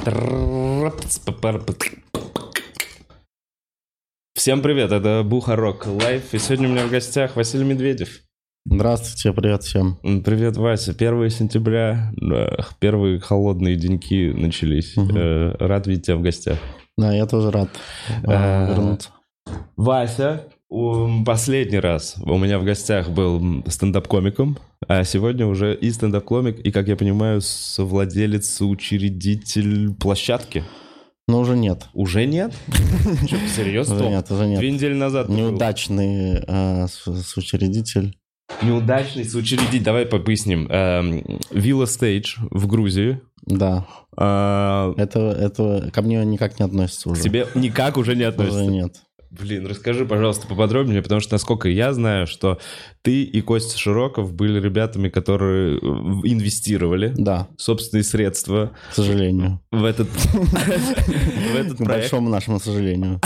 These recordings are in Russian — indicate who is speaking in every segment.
Speaker 1: Всем привет, это Бухарок Лайф, и сегодня у меня в гостях Василий Медведев.
Speaker 2: Здравствуйте, привет всем.
Speaker 1: Привет, Вася. 1 сентября, первые холодные деньки начались. Рад видеть тебя в гостях.
Speaker 2: Да, я тоже рад вернуться.
Speaker 1: Вася, последний раз у меня в гостях был стендап-комиком, а сегодня уже и стендап-комик, и, как я понимаю, совладелец, соучредитель площадки.
Speaker 2: Но уже нет.
Speaker 1: Уже нет? Что, серьезно?
Speaker 2: Уже нет.
Speaker 1: 2 недели назад.
Speaker 2: Неудачный соучредитель.
Speaker 1: Неудачный соучредитель. Давай поясним. Вилла Стейдж в Грузии.
Speaker 2: Да. Это ко мне никак не относится уже.
Speaker 1: К тебе никак уже не относится?
Speaker 2: Уже нет.
Speaker 1: Блин, расскажи, пожалуйста, поподробнее, потому что, насколько я знаю, что ты и Костя Широков были ребятами, которые инвестировали собственные средства.
Speaker 2: К сожалению.
Speaker 1: В этот проект.
Speaker 2: К большому нашему сожалению.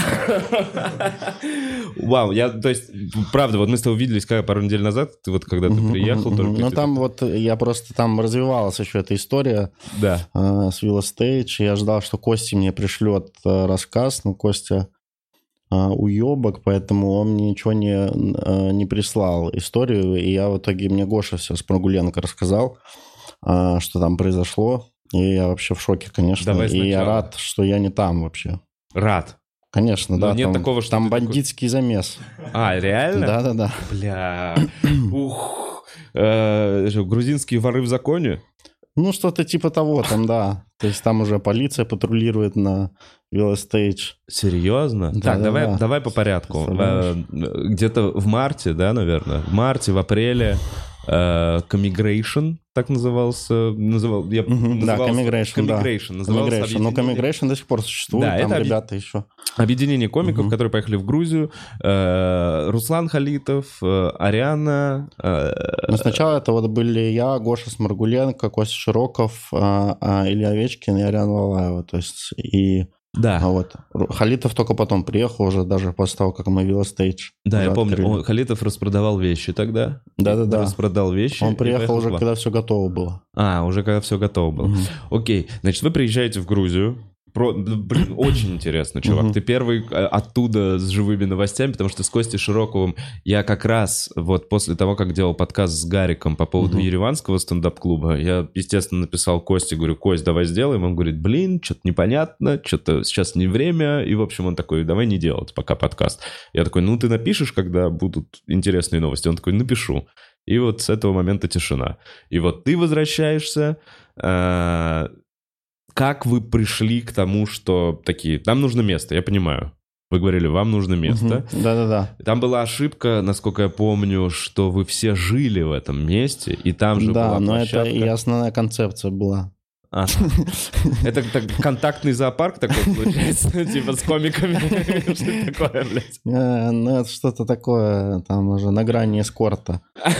Speaker 1: Вау, то есть, правда, вот мы с тобой увиделись пару недель назад, когда ты приехал.
Speaker 2: Ну, там вот, я просто, там развивалась еще эта история с Вилла Стейдж. Я ждал, что Костя мне пришлет рассказ, но Костя уебок, поэтому он мне ничего не прислал историю, и я в итоге, мне Гоша все с Прогуленко рассказал, что там произошло, и я вообще в шоке, конечно, и я рад, что я не там вообще.
Speaker 1: Рад?
Speaker 2: Конечно,
Speaker 1: но
Speaker 2: да,
Speaker 1: нет
Speaker 2: там,
Speaker 1: такого, что
Speaker 2: там бандитский замес.
Speaker 1: А, реально?
Speaker 2: Да-да-да.
Speaker 1: Бля, грузинские воры в законе?
Speaker 2: Ну, что-то типа того там, да. То есть там уже полиция патрулирует на Вилла Стейдж.
Speaker 1: Серьезно?
Speaker 2: Да,
Speaker 1: так, давай по порядку. Где-то в марте, да, наверное? В марте, в апреле Comigration, так назывался.
Speaker 2: Да, Comigration, да.
Speaker 1: Comigration.
Speaker 2: Но Comigration до сих пор существует,
Speaker 1: да,
Speaker 2: там
Speaker 1: это
Speaker 2: ребята еще.
Speaker 1: Объединение комиков, которые поехали в Грузию. Руслан Халитов, Ариана.
Speaker 2: Но сначала это вот были я, Гоша Сморгуленко, Костя Широков, Илья Овечкин и Ариана Лалаева. То есть и...
Speaker 1: Да.
Speaker 2: Вот. Халитов только потом приехал уже, даже после того, как мы Вилла Стейдж.
Speaker 1: Да, я помню. Халитов распродавал вещи тогда.
Speaker 2: Да-да-да.
Speaker 1: Распродал вещи.
Speaker 2: Он приехал уже, когда все готово было.
Speaker 1: Уже когда все готово было. Окей. Значит, вы приезжаете в Грузию. Блин, очень интересно, чувак. Ты первый оттуда с живыми новостями, потому что с Костей Широковым я как раз вот после того, как делал подкаст с Гариком по поводу ереванского стендап-клуба, я, естественно, написал Косте, говорю, Кость, давай сделаем. Он говорит, блин, что-то непонятно, что-то сейчас не время. И, в общем, он такой, давай не делать пока подкаст. Я такой, ну, ты напишешь, когда будут интересные новости? Он такой, напишу. И вот с этого момента тишина. И вот ты возвращаешься... Как вы пришли к тому, что такие... Нам нужно место, я понимаю. Вы говорили, вам нужно место.
Speaker 2: Да-да-да.
Speaker 1: Там была ошибка, насколько я помню, что вы все жили в этом месте, и там же была площадка.
Speaker 2: Да, но это и основная концепция была.
Speaker 1: Это контактный зоопарк такой получается, типа с комиками. Что такое, блядь?
Speaker 2: Ну, это что-то такое, там уже на грани эскорта.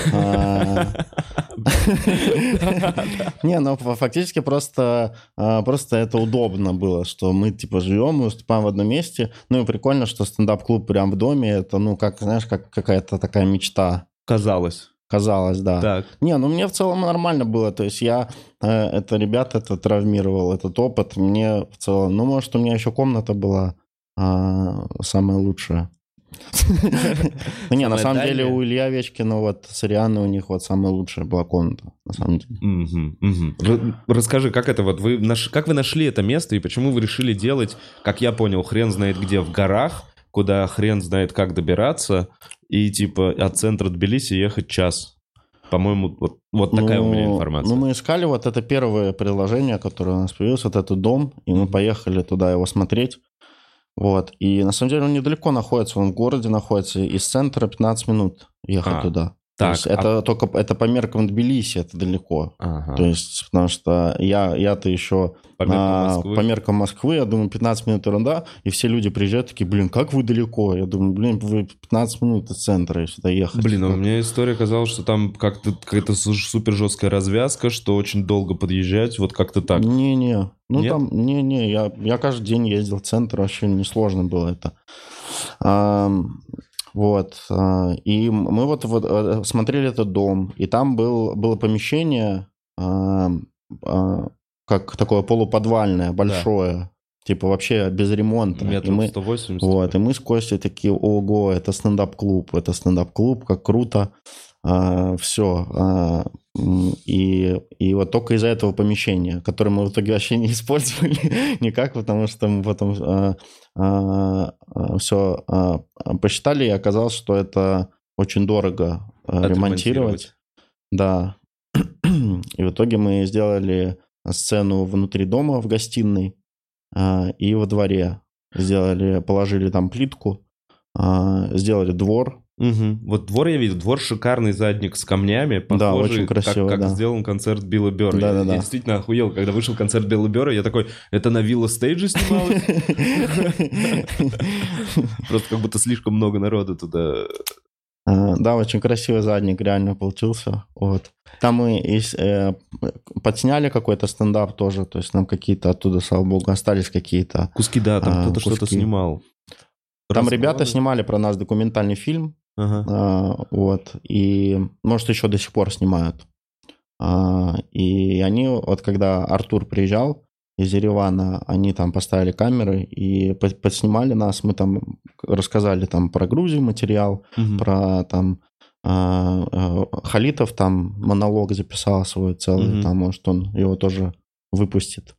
Speaker 2: Не, ну фактически просто это удобно было, что мы типа живем и выступаем в одном месте. Ну и прикольно, что стендап-клуб прям в доме, это, ну, как, знаешь, как какая-то такая мечта.
Speaker 1: Казалось, да.
Speaker 2: Так. Не, ну мне в целом нормально было. То есть я ребята травмировал, этот опыт. Мне в целом... Ну, может, у меня еще комната была самая лучшая. Не, на самом деле у Ильи Овечкина вот с Арианой у них вот самая лучшая была комната, на самом деле.
Speaker 1: Расскажи, как это вот... Как вы нашли это место и почему вы решили делать, как я понял, хрен знает где, в горах, куда хрен знает как добираться, и типа от центра Тбилиси ехать час. По-моему, вот такая у меня информация.
Speaker 2: Ну, мы искали вот это первое приложение, которое у нас появилось, вот этот дом, и мы поехали туда его смотреть. Вот. И на самом деле он недалеко находится, он в городе находится, из центра 15 минут ехать туда. То есть это только это по меркам Тбилиси, это далеко. То есть, потому что я-то еще по меркам Москвы, я думаю, 15 минут ерунда, и все люди приезжают такие, блин, как вы далеко? Я думаю, блин, вы 15 минут из центра, и сюда ехать.
Speaker 1: Блин, у меня история казалась, что там как-то какая-то супер жесткая развязка, что очень долго подъезжать, вот как-то так.
Speaker 2: Не-не, ну
Speaker 1: нет?
Speaker 2: Там, не-не, я каждый день ездил в центр, вообще несложно было это. Вот, и мы вот смотрели этот дом, и там было помещение, как такое полуподвальное, большое, типа вообще без ремонта.
Speaker 1: Метров 180.
Speaker 2: Вот, и мы с Костей такие, ого, это стендап-клуб, как круто. Все. И вот только из-за этого помещения, которое мы в итоге вообще не использовали никак, потому что мы потом все посчитали, и оказалось, что это очень дорого ремонтировать. Да. И в итоге мы сделали сцену внутри дома, в гостиной, и во дворе. Положили там плитку, сделали двор.
Speaker 1: Угу. Вот двор я видел, двор шикарный, задник с камнями, похожий,
Speaker 2: да, очень красиво,
Speaker 1: как сделан концерт Билла Бёрра. Я действительно охуел, когда вышел концерт Билла Бёрра, я такой, это на Вилла Стейдже снималось? Просто как будто слишком много народу туда.
Speaker 2: Да, очень красивый задник реально получился. Вот. Там мы подсняли какой-то стендап тоже, то есть нам какие-то оттуда, слава богу, остались какие-то
Speaker 1: куски, да, там кто-то что-то снимал.
Speaker 2: Там ребята снимали про нас документальный фильм, вот, и, может, еще до сих пор снимают. И они, вот когда Артур приезжал из Еревана, они там поставили камеры и подснимали нас, мы там рассказали там про Грузию материал, про там Халитов там монолог записал свой целый, там, может, он его тоже выпустит.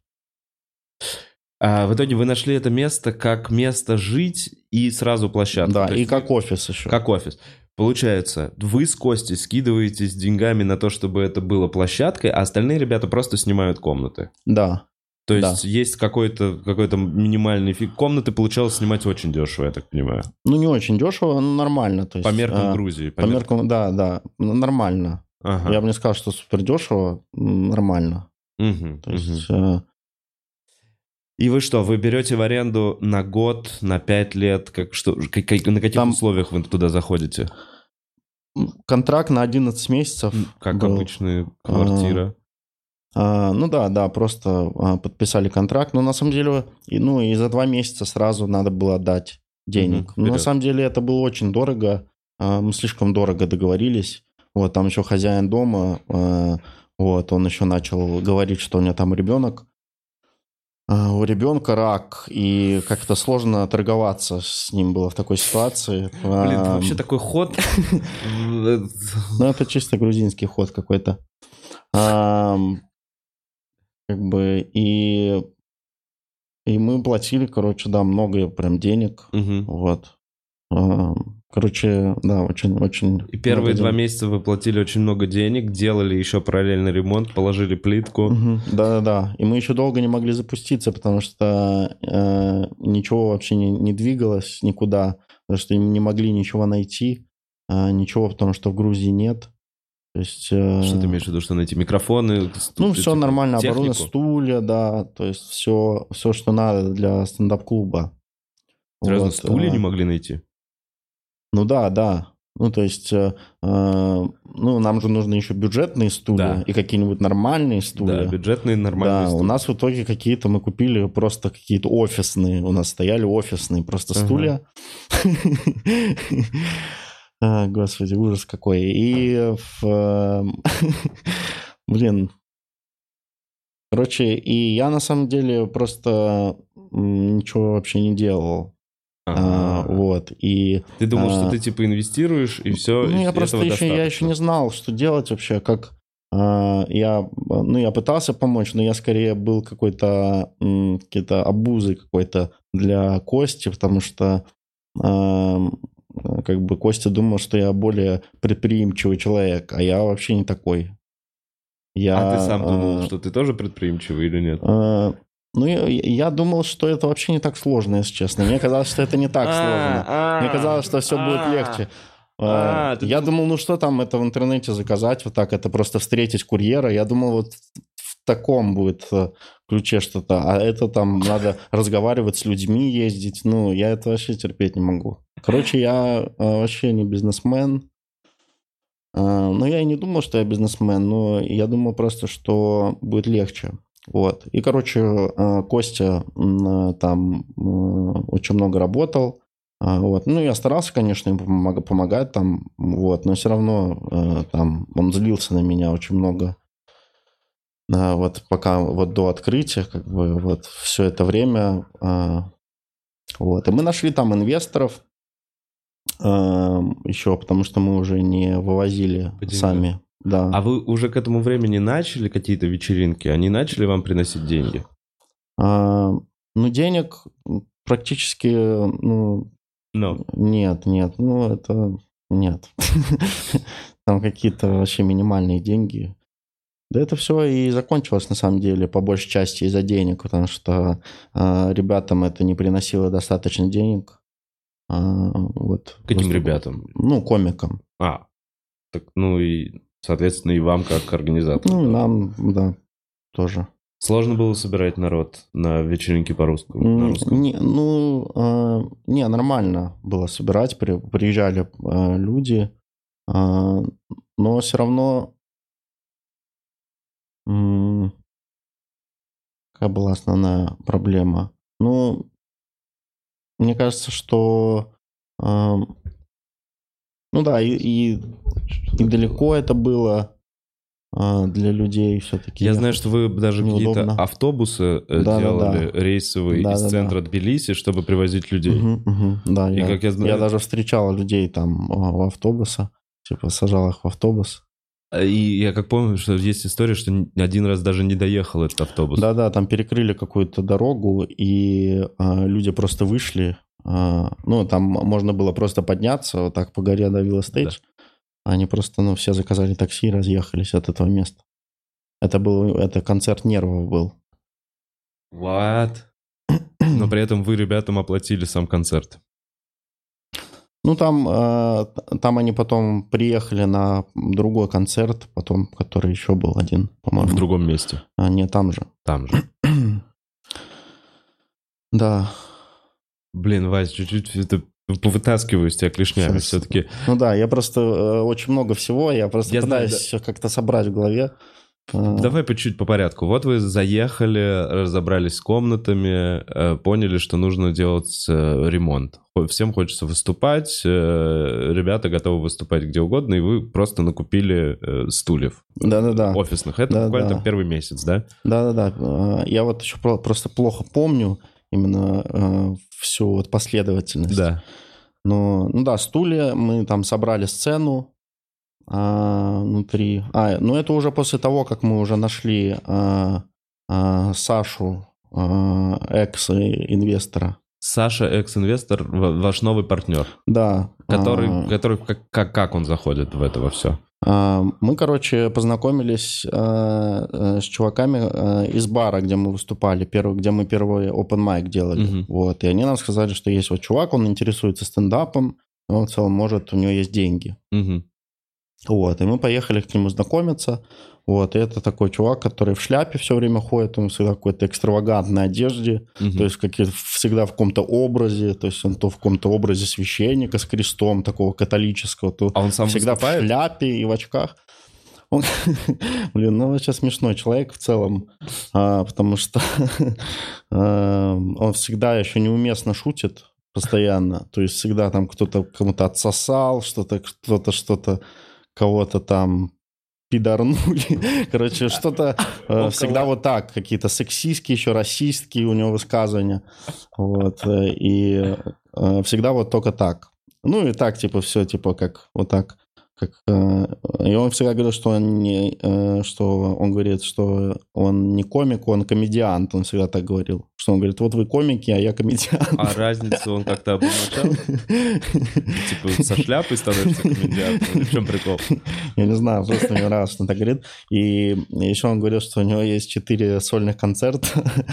Speaker 1: В итоге вы нашли это место как место жить и сразу площадку.
Speaker 2: Да, и как офис еще.
Speaker 1: Как офис. Получается, вы с Костей скидываетесь деньгами на то, чтобы это было площадкой, а остальные ребята просто снимают комнаты.
Speaker 2: Да.
Speaker 1: То есть есть какой-то минимальный фиг. Комнаты получалось снимать очень дешево, я так понимаю.
Speaker 2: Ну, не очень дешево, но нормально. То есть,
Speaker 1: по меркам Грузии.
Speaker 2: По меркам, да, нормально. Ага. Я бы не сказал, что супер дешево, нормально. То есть...
Speaker 1: И вы что, вы берете в аренду на год, на 5 лет? На каких там условиях вы туда заходите?
Speaker 2: Контракт на 11 месяцев.
Speaker 1: Как обычная квартира.
Speaker 2: Ну да, просто подписали контракт. Но на самом деле, и за 2 месяца сразу надо было отдать денег. Но на самом деле это было очень дорого. Мы слишком дорого договорились. Вот, там еще хозяин дома, вот, он еще начал говорить, что у меня там ребенок. У ребенка рак, и как-то сложно торговаться с ним было в такой ситуации.
Speaker 1: Блин, вообще такой ход.
Speaker 2: Ну, это чисто грузинский ход какой-то. Как бы, и мы платили, короче, да, много прям денег. Вот. Короче, да, очень...
Speaker 1: И первые 2 месяца вы платили очень много денег, делали еще параллельный ремонт, положили плитку.
Speaker 2: Да. И мы еще долго не могли запуститься, потому что ничего вообще не двигалось никуда, потому что не могли ничего найти, ничего, потому что в Грузии нет. То есть...
Speaker 1: Что ты имеешь в виду, что найти? Микрофоны?
Speaker 2: Ну, все нормально, оборудование, стулья, да, то есть все, что надо для стендап-клуба.
Speaker 1: Серьезно, стулья не могли найти?
Speaker 2: Ну да. Ну, то есть, нам же нужны еще бюджетные стулья и какие-нибудь нормальные стулья.
Speaker 1: Да, бюджетные нормальные стулья.
Speaker 2: У нас в итоге какие-то мы купили просто какие-то офисные. У нас стояли офисные просто стулья. Господи, ужас какой. И, блин, короче, и я на самом деле просто ничего вообще не делал. Вот, и...
Speaker 1: Ты думал, что ты типа инвестируешь, и все,
Speaker 2: ну, я просто еще не знал, что делать вообще, как... Я пытался помочь, но я скорее был какой-то обузой какой-то для Кости, потому что как бы Костя думал, что я более предприимчивый человек, а я вообще не такой.
Speaker 1: А ты сам думал, что ты тоже предприимчивый или нет?
Speaker 2: Ну, я думал, что это вообще не так сложно, если честно. Мне казалось, что это не так сложно. Мне казалось, что все будет легче. Я думал, ну что там это в интернете заказать, вот так, это просто встретить курьера. Я думал, вот в таком будет ключе что-то. А это там надо разговаривать с людьми, ездить. Ну, я это вообще терпеть не могу. Короче, я вообще не бизнесмен. Но я и не думал, что я бизнесмен, но я думал просто, что будет легче. Вот. И, короче, Костя там очень много работал. Вот. Ну, я старался, конечно, ему помогать там, вот, но все равно там он злился на меня очень много. вот пока вот до открытия, как бы вот все это время. Вот. И мы нашли там инвесторов еще, потому что мы уже не вывозили сами. Да.
Speaker 1: А вы уже к этому времени начали какие-то вечеринки? Они начали вам приносить деньги?
Speaker 2: Ну, денег практически, ну, нет, ну, это нет. Там какие-то вообще минимальные деньги. Да это все и закончилось, на самом деле, по большей части из-за денег, потому что ребятам это не приносило достаточно денег. Вот,
Speaker 1: каким ребятам?
Speaker 2: Ну, комикам.
Speaker 1: Так, ну и, соответственно, и вам как организатору.
Speaker 2: Ну, нам, да, тоже.
Speaker 1: Сложно было собирать народ на вечеринке по-русски?
Speaker 2: Не, нормально было собирать, приезжали люди, но все равно какая была основная проблема? Ну, мне кажется, что ну да, и далеко это было для людей все-таки.
Speaker 1: Я знаю, что вы даже
Speaker 2: неудобно.
Speaker 1: Какие-то автобусы делали рейсовые из центра Тбилиси, чтобы привозить людей.
Speaker 2: Да,
Speaker 1: и как я знаю...
Speaker 2: я даже встречал людей там в автобусе, типа сажал их в автобус.
Speaker 1: И я как помню, что есть история, что один раз даже не доехал этот автобус.
Speaker 2: Да, там перекрыли какую-то дорогу, и люди просто вышли. Ну, там можно было просто подняться вот так по горе до Вилла Стейдж. Да. Они просто, все заказали такси и разъехались от этого места. Это концерт нервов был.
Speaker 1: What? Но при этом вы ребятам оплатили сам концерт.
Speaker 2: Ну, там они потом приехали на другой концерт, потом, который еще был один, по-моему.
Speaker 1: В другом месте?
Speaker 2: Не, там же.
Speaker 1: Там же.
Speaker 2: Да.
Speaker 1: Блин, Вась, чуть-чуть это повытаскиваю из тебя клешнями все-таки.
Speaker 2: Ну да, я просто очень много всего, я пытаюсь все как-то собрать в голове.
Speaker 1: Давай по чуть по порядку. Вот вы заехали, разобрались с комнатами, поняли, что нужно делать ремонт. Всем хочется выступать, ребята готовы выступать где угодно, и вы просто накупили стульев.
Speaker 2: Да.
Speaker 1: Офисных. Это буквально там первый месяц, да?
Speaker 2: Да. Я вот еще просто плохо помню именно всю вот последовательность.
Speaker 1: Да.
Speaker 2: Ну да, стулья, мы там собрали сцену внутри. Ну это уже после того, как мы уже нашли Сашу, экс-инвестора.
Speaker 1: Саша, экс-инвестор, ваш новый партнер.
Speaker 2: Да.
Speaker 1: Который как он заходит в это во все?
Speaker 2: Мы, короче, познакомились с чуваками из бара, где мы выступали, где мы первый open mic делали. Вот. И они нам сказали, что есть вот чувак, он интересуется стендапом, и он в целом может, у него есть деньги. Вот. И мы поехали к нему знакомиться. Вот. И это такой чувак, который в шляпе все время ходит, он всегда в какой-то экстравагантной одежде, то есть всегда в каком-то образе, то есть он то в каком-то образе священника с крестом, такого католического, то
Speaker 1: он сам
Speaker 2: всегда
Speaker 1: выступает?
Speaker 2: В шляпе и в очках. Он, вообще смешной человек в целом, потому что он всегда еще неуместно шутит постоянно, то есть всегда там кто-то кому-то отсосал, кто-то кого-то там пидорнули. Короче, что-то всегда вот так. Какие-то сексистские, еще расистские у него высказывания. Вот. И всегда вот только так. Ну и так, типа, все, типа, как вот так. И он всегда говорил, что он говорит, что он не комик, он комедиант. Он всегда так говорил. Что он говорит, вот вы комики, а я комедиант.
Speaker 1: А разницу он как-то обозначал? Типа со шляпой становится комедиантом? В чем прикол?
Speaker 2: Я не знаю, просто мне нравится, что он так говорит. И еще он говорил, что у него есть 4 сольных концерта.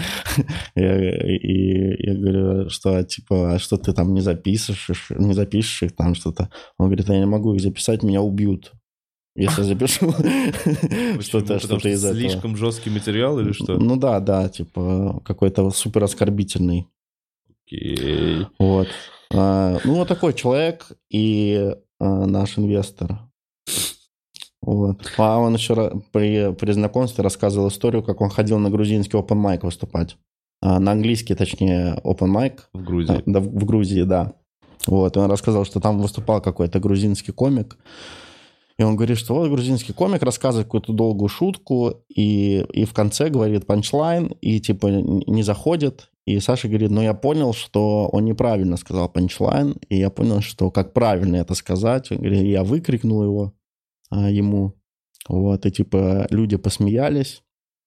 Speaker 2: И я говорю, что типа, а что ты там не запишешь их там что-то. Он говорит, я не могу их записать, меня убьют. Если я запишу что-то из этого.
Speaker 1: Слишком жесткий материал или что?
Speaker 2: Ну да, типа какой-то супер оскорбительный.
Speaker 1: Окей.
Speaker 2: Вот. Ну вот такой человек и наш инвестор. Вот. А он еще при знакомстве рассказывал историю, как он ходил на грузинский open mic выступать. На английский, точнее, open mic.
Speaker 1: В Грузии.
Speaker 2: Да, в Грузии, да. Вот. И он рассказал, что там выступал какой-то грузинский комик. И он говорит, что вот грузинский комик рассказывает какую-то долгую шутку, и в конце говорит панчлайн, и типа не заходит. И Саша говорит, ну я понял, что он неправильно сказал панчлайн, и я понял, что как правильно это сказать. Он говорит, я выкрикнул его ему, вот, и типа люди посмеялись.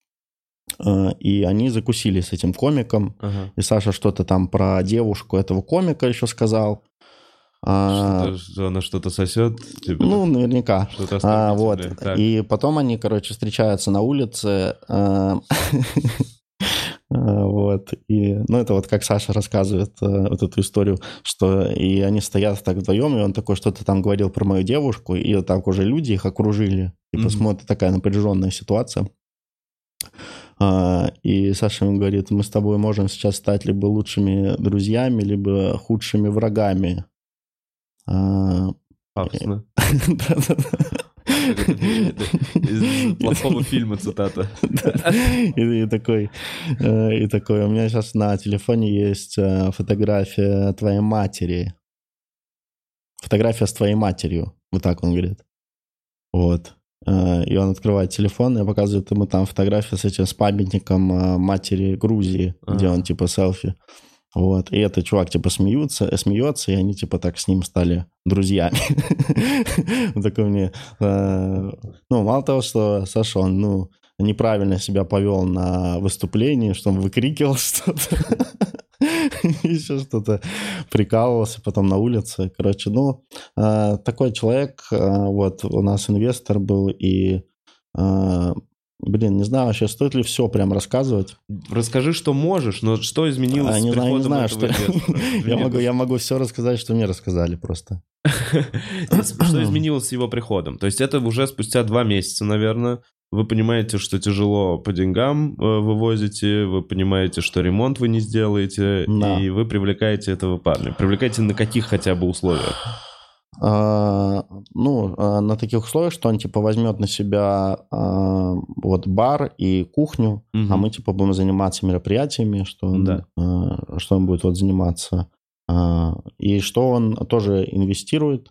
Speaker 2: И они закусили с этим комиком.
Speaker 1: Ага.
Speaker 2: И Саша что-то там про девушку этого комика еще сказал.
Speaker 1: Что она что-то сосет? Типа,
Speaker 2: ну, наверняка. Вот. И потом они, короче, встречаются на улице. Вот. И, ну, это вот как Саша рассказывает вот эту историю, что и они стоят так вдвоем, и он такой что-то там говорил про мою девушку, и вот так уже люди их окружили. Типа смотрит, такая напряженная ситуация. И Саша ему говорит, мы с тобой можем сейчас стать либо лучшими друзьями, либо худшими врагами.
Speaker 1: Пафосно. Из плохого фильма цитата.
Speaker 2: И такой, у меня сейчас на телефоне есть фотография твоей матери. Фотография с твоей матерью. Вот так он говорит. Вот. И он открывает телефон и показывает ему там фотографию с памятником матери Грузии, где он типа селфи. Вот. И этот чувак типа смеется, и они типа так с ним стали друзьями. Такой мне... Ну, мало того, что Саша, он, неправильно себя повел на выступлении, что он выкрикивал что-то, еще что-то, прикалывался потом на улице. Короче, такой человек, вот у нас инвестор был, и... Блин, не знаю вообще, стоит ли все прям рассказывать.
Speaker 1: Расскажи, что можешь, но что изменилось с приходом этого инвестора?
Speaker 2: Я могу все рассказать, что мне рассказали просто.
Speaker 1: Что изменилось с его приходом? То есть это уже спустя 2 месяца, наверное. Вы понимаете, что тяжело по деньгам вывозите, вы понимаете, что ремонт вы не сделаете, и вы привлекаете этого парня. Привлекаете на каких хотя бы условиях?
Speaker 2: На таких условиях, что он, типа, возьмет на себя вот бар и кухню, а мы, типа, будем заниматься мероприятиями, что он будет вот заниматься. И что он тоже инвестирует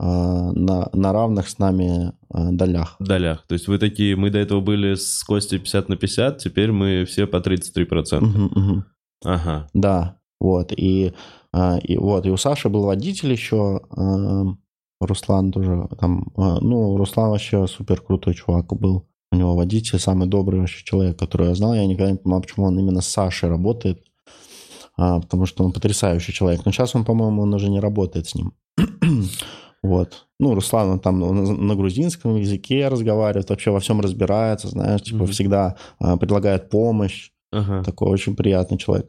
Speaker 2: на равных с нами долях.
Speaker 1: Долях. То есть вы такие, мы до этого были с Костей 50/50, теперь мы все по 33%. Ага.
Speaker 2: Да, вот. И у Саши был водитель еще, Руслан тоже там, Руслан вообще супер крутой чувак был. У него водитель, самый добрый вообще человек, которого я знал. Я никогда не понимал, почему он именно с Сашей работает, потому что он потрясающий человек. Но сейчас он, по-моему, он уже не работает с ним. Вот. Руслан, он там на грузинском языке разговаривает, вообще во всем разбирается, знаешь, типа всегда предлагает помощь. Такой очень приятный человек.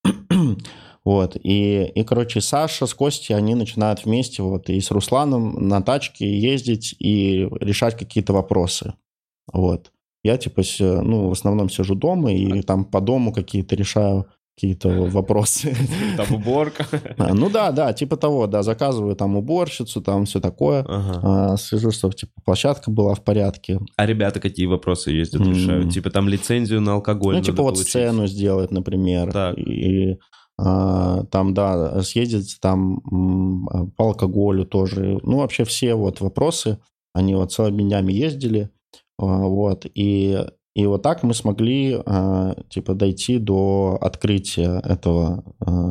Speaker 2: Вот, и, короче, Саша с Костей, они начинают вместе вот и с Русланом на тачке ездить и решать какие-то вопросы. Вот. Я, типа, в основном сижу дома и там по дому какие-то решаю какие-то вопросы.
Speaker 1: Там уборка.
Speaker 2: Да, типа того, да, заказываю там уборщицу, там все такое. Слежу, чтобы, типа, площадка была в порядке.
Speaker 1: А ребята какие вопросы ездят, решают? Типа там лицензию на алкоголь
Speaker 2: типа вот сцену сделать, например.
Speaker 1: Так.
Speaker 2: И там, да, съездить там по алкоголю тоже. Вообще все вот вопросы, они вот целыми днями ездили. Вот, и вот так мы смогли, типа, дойти до открытия этого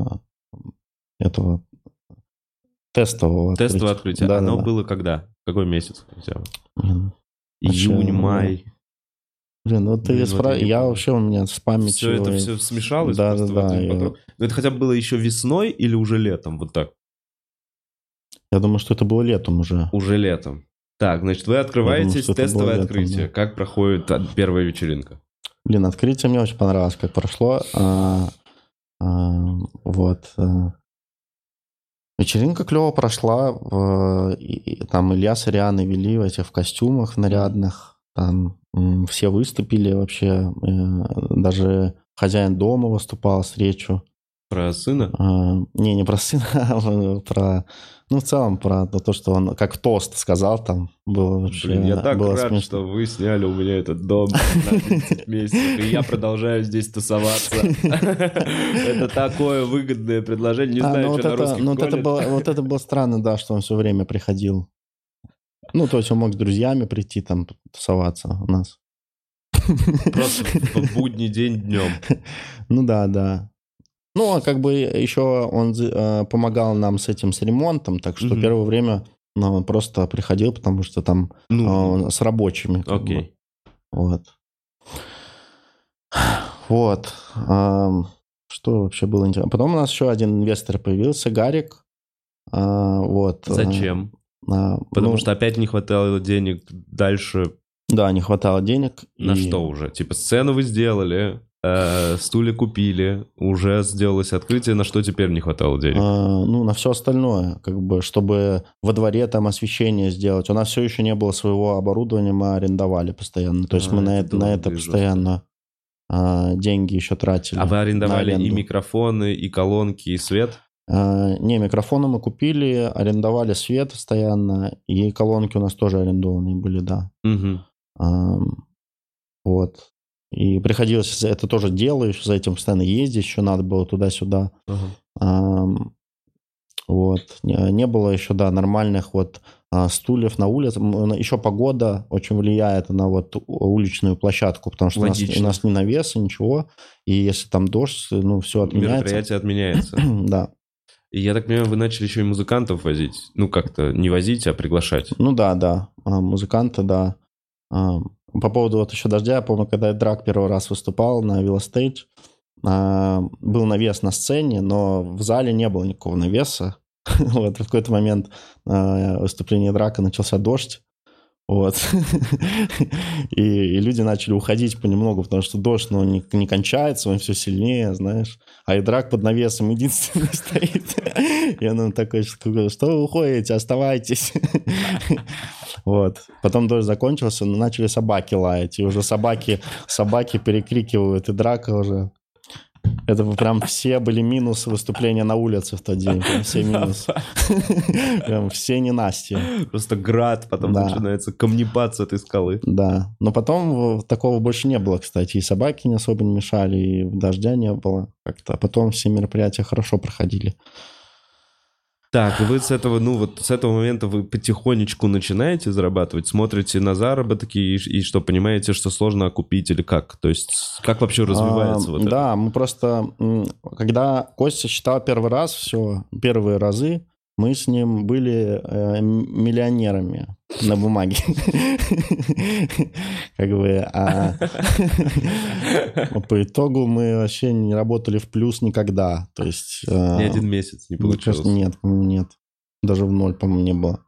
Speaker 2: тестового
Speaker 1: открытия.
Speaker 2: Да,
Speaker 1: Оно
Speaker 2: да.
Speaker 1: было когда? Какой месяц? Июнь, май.
Speaker 2: Блин, я вообще, у меня с памятью...
Speaker 1: Все смешалось?
Speaker 2: Да.
Speaker 1: Но это хотя бы было еще весной или уже летом? Вот так?
Speaker 2: Я думаю, что это было летом уже.
Speaker 1: Уже летом. Так, значит, вы открываетесь, тестовое открытие. Да. Как проходит первая вечеринка?
Speaker 2: Блин, открытие мне очень понравилось, как прошло. Вот. Вечеринка клево прошла. Там Илья с Ирианой вели в костюмах нарядных. Там все выступили вообще. Даже хозяин дома выступал с речью.
Speaker 1: Про сына?
Speaker 2: Не про сына, а про... в целом про то, что он как тост сказал там. Было вообще...
Speaker 1: Блин, я так
Speaker 2: было
Speaker 1: рад,
Speaker 2: смешно.
Speaker 1: что вы сняли у меня этот дом на 30 месяцев, и я продолжаю здесь тусоваться. Это такое выгодное предложение. Не знаю, что на русских колледж.
Speaker 2: Вот это было странно, да, что он все время приходил. Ну, то есть он мог с друзьями прийти там тусоваться у нас.
Speaker 1: Просто в будний день днем.
Speaker 2: Ну да, да. Ну, а как бы еще он помогал нам с этим, с ремонтом, так что первое время он просто приходил, потому что там с рабочими.
Speaker 1: Окей.
Speaker 2: Вот. Вот. Что вообще было интересно? Потом у нас еще один инвестор появился, Гарик. Вот.
Speaker 1: Зачем? Потому что опять не хватало денег дальше.
Speaker 2: Да, не хватало денег.
Speaker 1: На что уже? Типа сцену вы сделали, стулья купили, уже сделалось открытие, на что теперь не хватало денег?
Speaker 2: Ну, на все остальное, как бы, чтобы во дворе там освещение сделать. У нас все еще не было своего оборудования, мы арендовали постоянно. То есть мы на это постоянно деньги еще тратили.
Speaker 1: А вы арендовали и микрофоны, и колонки, и свет?
Speaker 2: Не, микрофоны мы купили, арендовали свет постоянно, и колонки у нас тоже арендованные были, да. Вот. И приходилось это тоже делать, за этим постоянно ездить, еще надо было туда-сюда. Вот. Не было еще, да, нормальных вот стульев на улице. Еще погода очень влияет на вот уличную площадку, потому что у нас не навеса, ничего. И если там дождь, ну, все отменяется.
Speaker 1: Мероприятие отменяется.
Speaker 2: Да.
Speaker 1: И я так понимаю, вы начали еще и музыкантов возить. Ну, как-то не возить, а приглашать.
Speaker 2: Ну да. Музыканты, да. По поводу вот еще дождя, я помню, когда Драк первый раз выступал на Велостейдж, был навес на сцене, но в зале не было никакого навеса. Вот, в какой-то момент выступления Драка начался дождь. Вот. И люди начали уходить понемногу, потому что дождь, ну, не кончается, он все сильнее, знаешь. А и Драк под навесом единственный стоит. И он такой, что вы уходите, оставайтесь. Вот. Потом дождь закончился, но начали собаки лаять. И уже собаки перекрикивают, и Драка уже... Это прям все были минусы выступления на улице в тот день. Прям все минусы. Прям все ненастья.
Speaker 1: Просто град, потом начинается камнепад с этой скалы.
Speaker 2: Да. Но потом такого больше не было, кстати. И собаки не особо не мешали, и дождя не было как-то. А потом все мероприятия хорошо проходили.
Speaker 1: Так, и вы с этого, ну вот с этого момента вы потихонечку начинаете зарабатывать, смотрите на заработки и что, понимаете, что сложно окупить или как? То есть как вообще развивается вот это?
Speaker 2: Да, мы просто, когда Костя считал первые разы, мы с ним были миллионерами на бумаге. Как бы, по итогу мы вообще не работали в плюс никогда. То есть...
Speaker 1: Ни один месяц не получилось?
Speaker 2: Нет. Даже в ноль, по-моему, не было.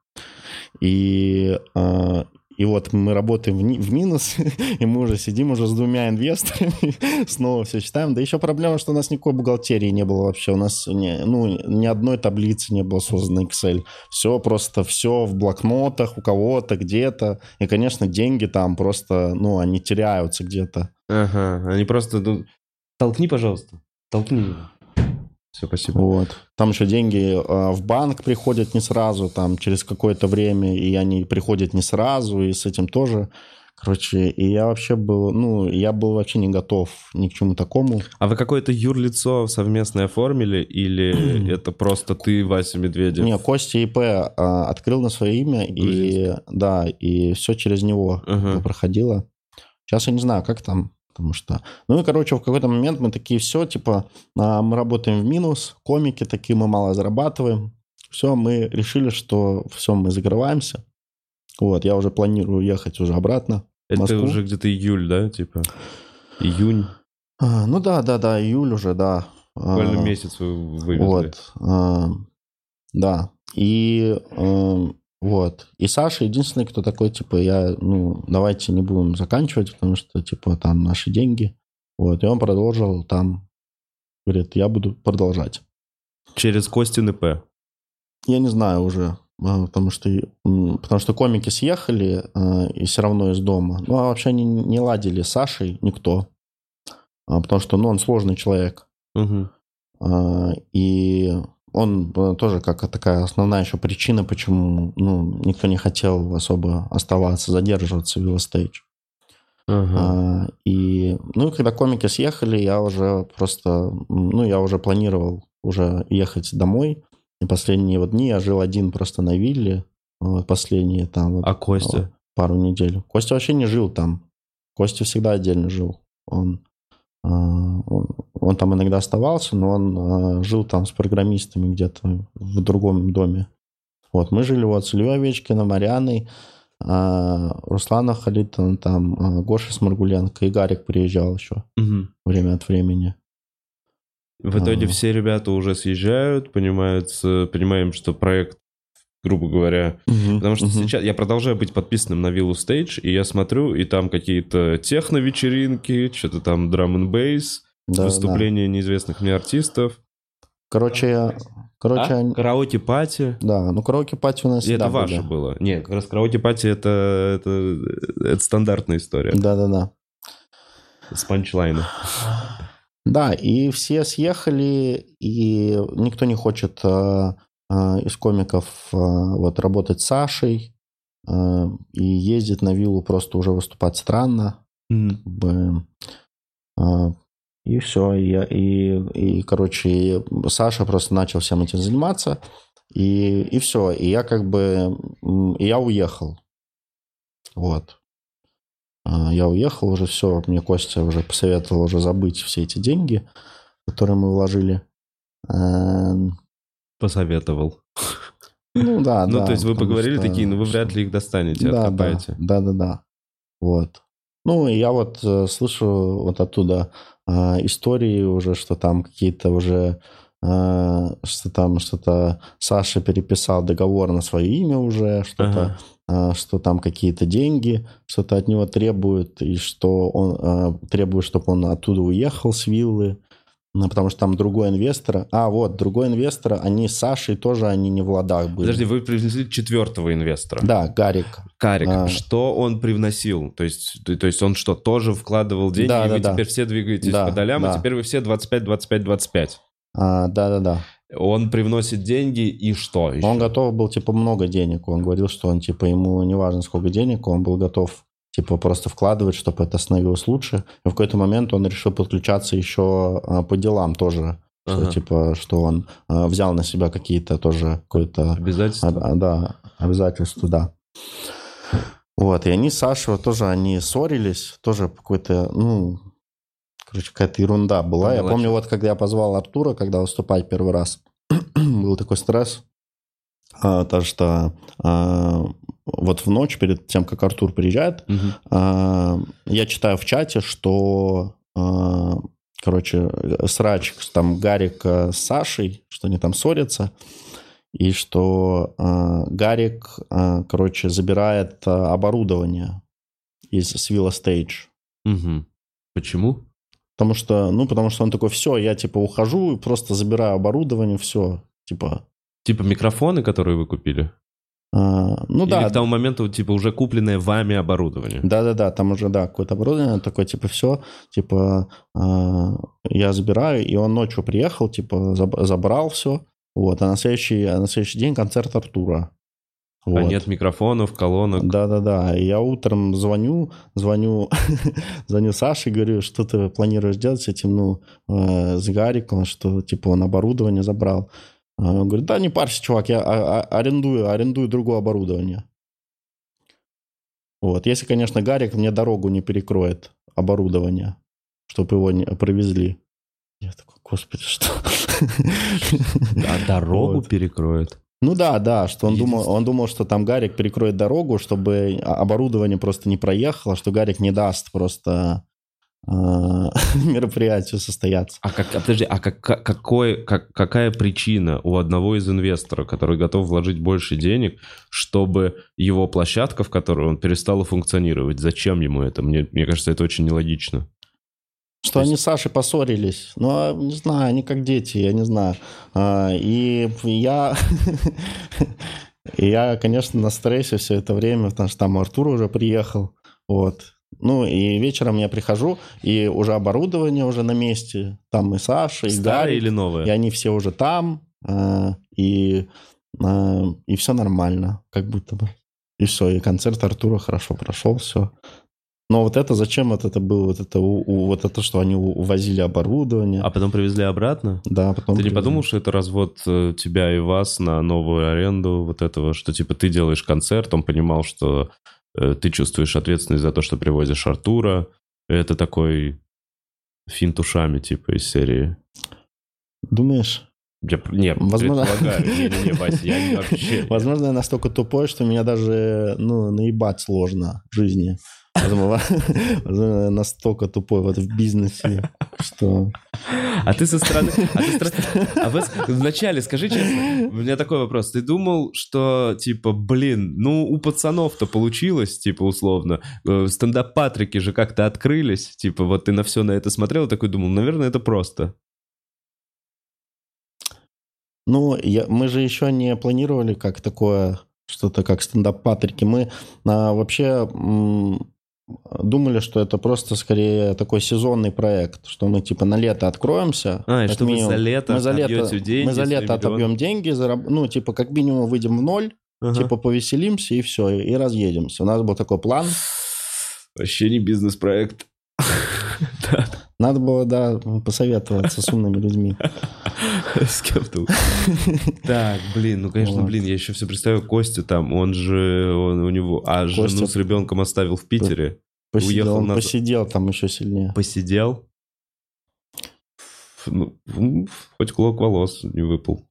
Speaker 2: И вот мы работаем в минус, и мы уже сидим уже с двумя инвесторами, снова все считаем. Да еще проблема, что у нас никакой бухгалтерии не было вообще. У нас ни одной таблицы не было создано Excel. Все в блокнотах у кого-то, где-то. И, конечно, деньги там просто, они теряются где-то.
Speaker 1: Ага, они просто... Толкни, пожалуйста. Толкни. Все, спасибо.
Speaker 2: Вот. Там еще деньги в банк приходят не сразу, там через какое-то время, и они приходят не сразу, и с этим тоже. Короче, и я вообще был, я был вообще не готов ни к чему такому.
Speaker 1: А вы какое-то юрлицо совместное оформили, или это просто ты, Вася Медведев?
Speaker 2: Не, Костя ИП открыл на свое имя, и все через него проходило. Сейчас я не знаю, как там. Потому что... в какой-то момент мы такие, все, мы работаем в минус, комики такие, мы мало зарабатываем. Все, мы решили, что все, мы закрываемся. Вот, я уже планирую ехать уже обратно в Москву.
Speaker 1: Это уже где-то июль, да, Июнь?
Speaker 2: Да, июль уже, да.
Speaker 1: Буквально месяц вы вывезли.
Speaker 2: Вот, да. И... Вот. И Саша единственный, кто такой, давайте не будем заканчивать, потому что, там наши деньги. Вот. И он продолжил там, говорит, я буду продолжать.
Speaker 1: Через Костин ИП?
Speaker 2: Я не знаю уже, потому что комики съехали и все равно из дома. А вообще они не ладили с Сашей никто, потому что, он сложный человек. И... Он тоже как такая основная еще причина, почему никто не хотел особо оставаться, задерживаться в Велостейдж. И когда комики съехали, я уже планировал уже ехать домой. И последние дни я жил один просто на вилле. вот, последние там вот,
Speaker 1: А Костя?
Speaker 2: пару недель. Костя вообще не жил там. Костя всегда отдельно жил. Он там иногда оставался, но он жил там с программистами где-то в другом доме. Вот, мы жили вот с Ильей Овечкиным, Марианой, Русланом Халитовым, там, Гошей Сморгуленко, и Гарик приезжал еще время от времени.
Speaker 1: В итоге все ребята уже съезжают, понимаем, что проект, грубо говоря, потому что сейчас я продолжаю быть подписанным на Виллу Stage, и я смотрю, и там какие-то техно-вечеринки, что-то там драм-н-бейс, выступления неизвестных мне артистов.
Speaker 2: Короче,
Speaker 1: караоке-пати.
Speaker 2: Да, ну караоке-пати у нас всегда
Speaker 1: это ваше было. Нет, как раз караоке-пати это стандартная история.
Speaker 2: Да.
Speaker 1: С панчлайна.
Speaker 2: Да, и все съехали, и никто не хочет из комиков вот работать с Сашей и ездить на виллу просто уже выступать странно. И все. И короче, Саша просто начал всем этим заниматься. И все. И я я уехал. Вот. Я уехал уже, все. Мне Костя уже посоветовал уже забыть все эти деньги, которые мы вложили.
Speaker 1: Посоветовал.
Speaker 2: Ну да.
Speaker 1: То есть вы поговорили такие, вы вряд ли их достанете, откопаете.
Speaker 2: Да. Вот. Ну, и я вот слышу вот оттуда истории уже, что там какие-то уже, что-то Саша переписал договор на свое имя уже, что там какие-то деньги, что-то от него требуют, и что он требует, чтобы он оттуда уехал с виллы, потому что там другой инвестор. Другой инвестор, они с Сашей тоже, они не в ладах были.
Speaker 1: Подожди, вы привнесли четвертого инвестора?
Speaker 2: Да, Гарик.
Speaker 1: Что он привносил? То есть он что, тоже вкладывал деньги, и вы теперь все двигаетесь по долям, и теперь вы все 25-25-25?
Speaker 2: Да.
Speaker 1: Он привносит деньги, и что еще?
Speaker 2: Он готов был, много денег. Он говорил, что он, ему не важно, сколько денег, он был готов, просто вкладывать, чтобы это становилось лучше. И в какой-то момент он решил подключаться еще по делам тоже. Что он взял на себя какие-то тоже какое-то...
Speaker 1: Обязательства?
Speaker 2: Обязательства, да. Вот, и они с Сашей тоже, они ссорились, тоже какой-то, какая-то ерунда была. Я помню, когда я позвал Артура, когда выступать первый раз, был такой стресс, потому что вот в ночь перед тем, как Артур приезжает, я читаю в чате, что, срач, там Гарик с Сашей, что они там ссорятся, и что Гарик, забирает оборудование с Villa Stage.
Speaker 1: Почему?
Speaker 2: Потому что он такой, все, я, ухожу, просто забираю оборудование, все,
Speaker 1: микрофоны, которые вы купили? Или к тому моменту, уже купленное вами оборудование?
Speaker 2: Да, там уже, какое-то оборудование, такое, все, я забираю, и он ночью приехал, забрал все, вот, а на следующий день концерт Артура. Вот.
Speaker 1: А нет микрофонов, колонок?
Speaker 2: Да. И я утром звоню Саше и говорю, что ты планируешь делать с этим, с Гариком, что, он оборудование забрал. Он говорит, да не парься, чувак, я арендую другое оборудование. Вот, если, конечно, Гарик мне дорогу не перекроет, оборудование, чтобы его не провезли. Я такой, господи, что?
Speaker 1: А дорогу перекроет?
Speaker 2: Да, что он думал, что там Гарик перекроет дорогу, чтобы оборудование просто не проехало, что Гарик не даст просто мероприятию состояться.
Speaker 1: Какая причина у одного из инвесторов, который готов вложить больше денег, чтобы его площадка, в которой он перестала функционировать? Зачем ему это? Мне кажется, это очень нелогично.
Speaker 2: Что они с Сашей поссорились. Не знаю, они как дети, я не знаю. И я, конечно, на стрессе все это время, потому что там Артур уже приехал. Вот. И вечером я прихожу, и уже оборудование уже на месте. Там и Саша, и Гарик.
Speaker 1: Или новое?
Speaker 2: И они все уже там. И все нормально, как будто бы. И все, и концерт Артура хорошо прошел, все. Но вот это зачем вот это было, вот это, что они увозили оборудование.
Speaker 1: А потом привезли обратно?
Speaker 2: Да, потом
Speaker 1: Ты не
Speaker 2: привезли.
Speaker 1: подумал, что это развод тебя и вас на новую аренду вот этого, что типа ты делаешь концерт, он понимал, что ты чувствуешь ответственность за то, что привозишь Артура, и это такой финт ушами типа из серии.
Speaker 2: Думаешь?
Speaker 1: Не,
Speaker 2: Возможно...
Speaker 1: предполагаю. Не, Вася, я вообще...
Speaker 2: Возможно, я настолько тупой, что меня даже, наебать сложно в жизни. Возможно, я настолько тупой вот в бизнесе, что...
Speaker 1: А ты со стороны... Вначале, скажи честно, у меня такой вопрос. Ты думал, что, типа, у пацанов-то получилось, типа, условно, стендап-патрики же как-то открылись, типа, вот ты на все на это смотрел и такой думал, наверное, это просто.
Speaker 2: Мы же еще не планировали как такое, что-то как стендап-патрики. Мы вообще думали, что это просто скорее такой сезонный проект, что мы типа на лето откроемся.
Speaker 1: И что вы за лето отобьете деньги?
Speaker 2: Мы за лето отобьем деньги, типа как минимум выйдем в ноль, типа повеселимся и все, и разъедемся. У нас был такой план.
Speaker 1: Вообще не бизнес-проект.
Speaker 2: Надо было, да, посоветоваться с умными людьми.
Speaker 1: С кем-то. Так, конечно, я еще все представил, Костя там, у него, жену с ребенком оставил в Питере.
Speaker 2: Посидел там еще сильнее.
Speaker 1: Посидел? Хоть клок волос не выпал.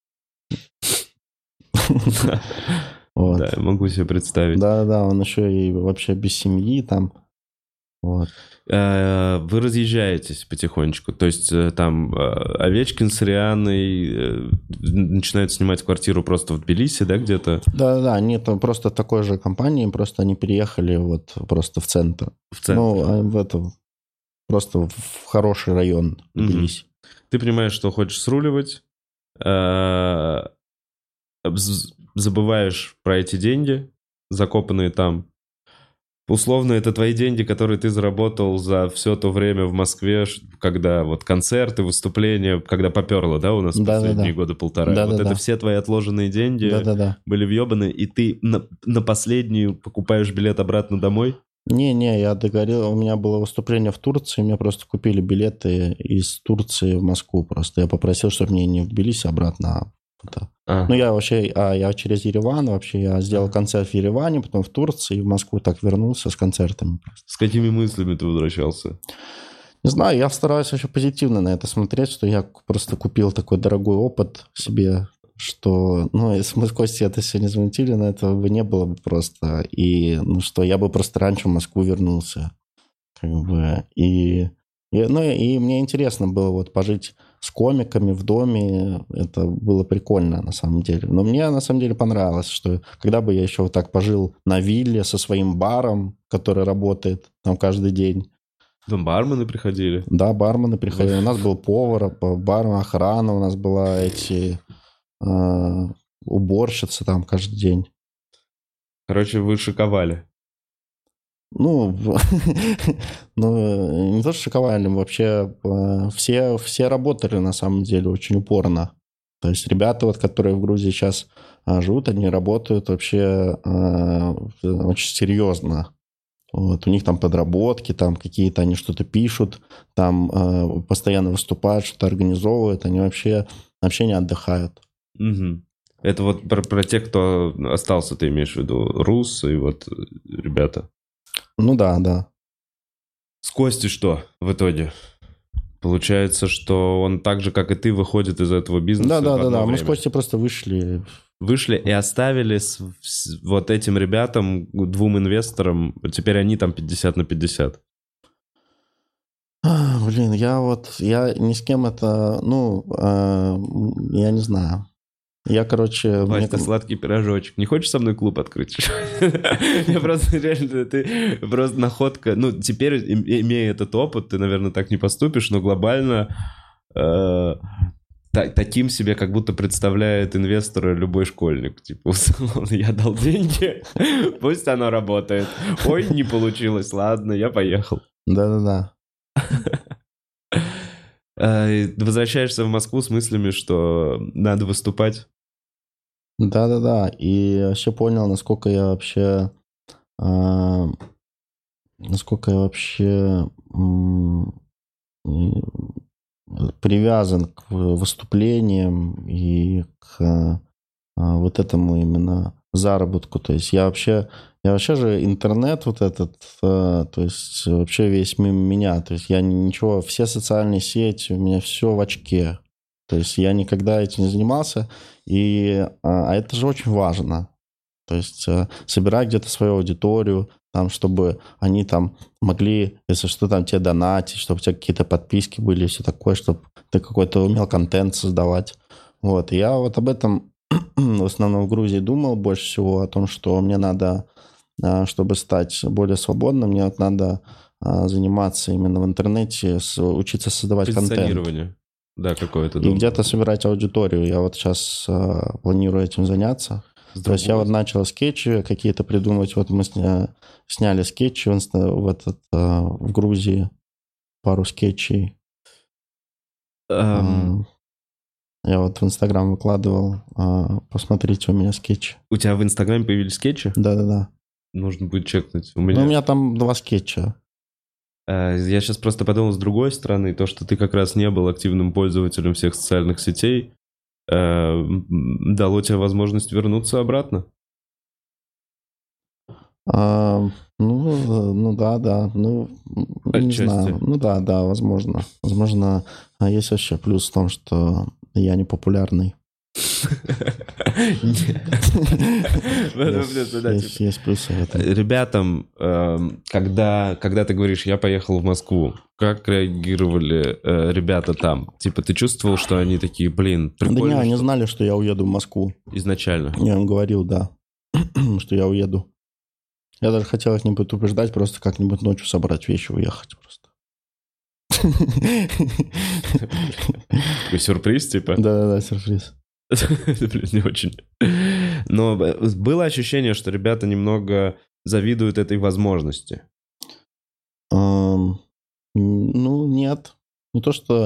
Speaker 1: Да, я могу себе представить.
Speaker 2: Да, он еще и вообще без семьи там. Вот.
Speaker 1: Вы разъезжаетесь потихонечку, то есть там Овечкин с Рианой начинают снимать квартиру просто в Тбилиси, да, где-то?
Speaker 2: Да, они там просто такой же компании, просто они переехали вот просто в центр.
Speaker 1: В центр?
Speaker 2: Просто в хороший район Тбилиси.
Speaker 1: Ты понимаешь, что хочешь сруливать, забываешь про эти деньги, закопанные там. Условно, это твои деньги, которые ты заработал за все то время в Москве, когда вот концерты, выступления, когда поперло, да, у нас последние года полтора. Это все твои отложенные деньги были въебаны, и ты на последнюю покупаешь билет обратно домой?
Speaker 2: Не, я договорил, у меня было выступление в Турции, мне просто купили билеты из Турции в Москву просто. Я попросил, чтобы мне не в Тбилиси обратно, я через Ереван вообще, я сделал концерт в Ереване, потом в Турции, и в Москву так вернулся с концертами.
Speaker 1: С какими мыслями ты возвращался?
Speaker 2: Не знаю, я стараюсь еще позитивно на это смотреть, что я просто купил такой дорогой опыт себе, что, если мы с Костей это все не замутили, но этого бы не было бы просто. И, что я бы просто раньше в Москву вернулся. И мне интересно было вот пожить с комиками в доме, это было прикольно на самом деле. Но мне на самом деле понравилось, что когда бы я еще вот так пожил на вилле со своим баром, который работает там каждый день.
Speaker 1: Там бармены приходили?
Speaker 2: Да, бармены приходили. У нас был повар, бармен, охрана, у нас была уборщицы там каждый день.
Speaker 1: Короче, вы шиковали.
Speaker 2: Не то, что шиковали, вообще все работали на самом деле очень упорно. То есть ребята, вот, которые в Грузии сейчас живут, они работают вообще очень серьезно. Вот, у них там подработки, там какие-то, они что-то пишут, там постоянно выступают, что-то организовывают, они вообще не отдыхают.
Speaker 1: Угу. Это вот про тех, кто остался, ты имеешь в виду, Рус и вот ребята?
Speaker 2: Да.
Speaker 1: С Костей что в итоге? Получается, что он так же, как и ты, выходит из этого бизнеса.
Speaker 2: Да. Мы с Костей просто вышли.
Speaker 1: Вышли и оставили с вот этим ребятам, 2 инвесторам, теперь они там 50/50.
Speaker 2: Я ни с кем это, я не знаю. Я,
Speaker 1: Вась, ты сладкий пирожочек. Не хочешь со мной клуб открыть? Я просто реально, ты просто находка. Теперь, имея этот опыт, ты, наверное, так не поступишь, но глобально таким себе как будто представляет инвестора любой школьник. Типа, условно, я дал деньги, пусть оно работает. Ой, не получилось, ладно, я поехал.
Speaker 2: Да.
Speaker 1: Возвращаешься в Москву с мыслями, что надо выступать?
Speaker 2: Да. И вообще понял, насколько я вообще насколько я вообще привязан к выступлениям и к вот этому именно заработку. То есть я вообще же интернет вот этот, то есть вообще весь мимо меня. То есть я ничего, все социальные сети, у меня все в очке. То есть я никогда этим не занимался, а это же очень важно. То есть собирать где-то свою аудиторию, там, чтобы они там могли, если что, там тебе донатить, чтобы у тебя какие-то подписки были и все такое, чтобы ты какой-то умел контент создавать. Вот. И я вот об этом в основном в Грузии думал больше всего, о том, что мне надо, чтобы стать более свободным, мне вот надо заниматься именно в интернете, учиться создавать контент.
Speaker 1: Да, какое-то.
Speaker 2: И где-то собирать аудиторию. Я вот сейчас планирую этим заняться. То есть я вот начал скетчи какие-то придумывать. Вот мы сняли скетчи в Грузии, пару скетчей. Я вот в Инстаграм выкладывал. Посмотрите, у меня скетчи.
Speaker 1: У тебя в Инстаграме появились скетчи?
Speaker 2: Да.
Speaker 1: Нужно будет чекнуть.
Speaker 2: У меня там 2 скетча.
Speaker 1: Я сейчас просто подумал с другой стороны, то, что ты как раз не был активным пользователем всех социальных сетей, дало тебе возможность вернуться обратно?
Speaker 2: Ну да. Ну, не знаю. Ну да, возможно. Возможно, есть вообще плюс в том, что я не популярный. Есть плюсы в этом.
Speaker 1: Ребятам, когда ты говоришь, я поехал в Москву, как реагировали ребята там? Типа, ты чувствовал, что они такие, блин, прикольно?
Speaker 2: Да не, они знали, что я уеду в Москву.
Speaker 1: Изначально?
Speaker 2: Я им говорил, да, что я уеду. Я даже хотел их не предупреждать, просто как-нибудь ночью собрать вещи, уехать просто.
Speaker 1: Такой сюрприз, типа?
Speaker 2: Да, сюрприз.
Speaker 1: Блин, не очень. Но было ощущение, что ребята немного завидуют этой возможности?
Speaker 2: Ну, нет. Не то, что...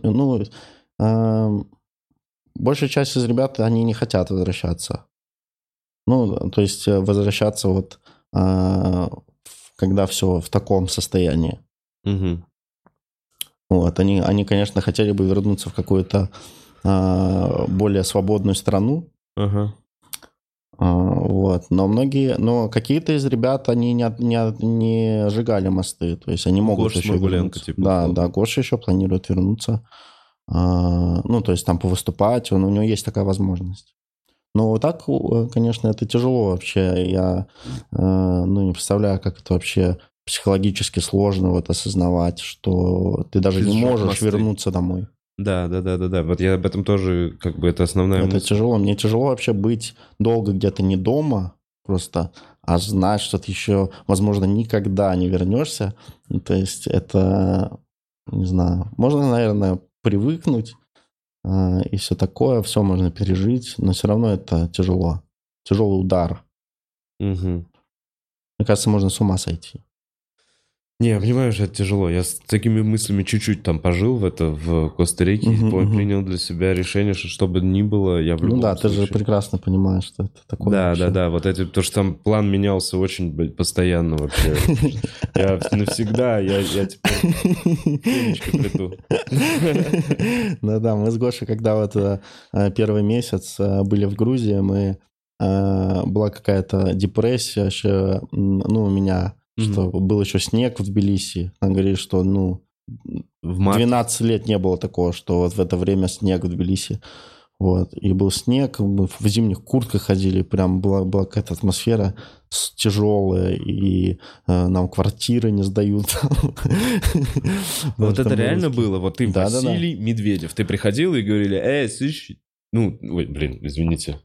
Speaker 2: большая часть из ребят, они не хотят возвращаться. Ну, то есть возвращаться вот, когда все в таком состоянии.
Speaker 1: Угу.
Speaker 2: Вот, они, конечно, хотели бы вернуться в какую-то более свободную страну.
Speaker 1: Ага.
Speaker 2: Вот. Но какие-то из ребят, они не сжигали мосты. То есть они могут
Speaker 1: Гоша
Speaker 2: еще вернуться.
Speaker 1: Типа,
Speaker 2: да, Гоша еще планирует вернуться. Ну, то есть там повыступать, у него есть такая возможность. Но так, конечно, это тяжело вообще. Я не представляю, как это вообще психологически сложно вот осознавать, что ты даже не можешь вернуться домой.
Speaker 1: Да. Вот я об этом тоже, как бы, это основная
Speaker 2: мысль. Это тяжело. Мне тяжело вообще быть долго где-то не дома просто, а знать, что ты еще, возможно, никогда не вернешься. То есть это, не знаю, можно, наверное, привыкнуть и все такое, все можно пережить, но все равно это тяжело. Тяжелый удар.
Speaker 1: Угу.
Speaker 2: Мне кажется, можно с ума сойти.
Speaker 1: Не, я понимаю, что это тяжело. Я с такими мыслями чуть-чуть там пожил в Коста-Рике, принял для себя решение, что бы ни было, я в любом случае...
Speaker 2: ты же прекрасно понимаешь, что это такое.
Speaker 1: Да, вот эти, потому что там план менялся очень постоянно вообще. Я навсегда, я типа фенечка плету.
Speaker 2: Да, мы с Гошей, когда вот первый месяц были в Грузии, была какая-то депрессия еще, у меня... Что был еще снег в Тбилиси. Он говорит, что 12 лет не было такого, что вот в это время снег в Тбилиси. Вот. И был снег, мы в зимних куртках ходили, прям была какая-то атмосфера тяжелая, и нам квартиры не сдают.
Speaker 1: Вот это реально было? Вот ты, Василий Медведев, ты приходил и говорили, слышь, извините.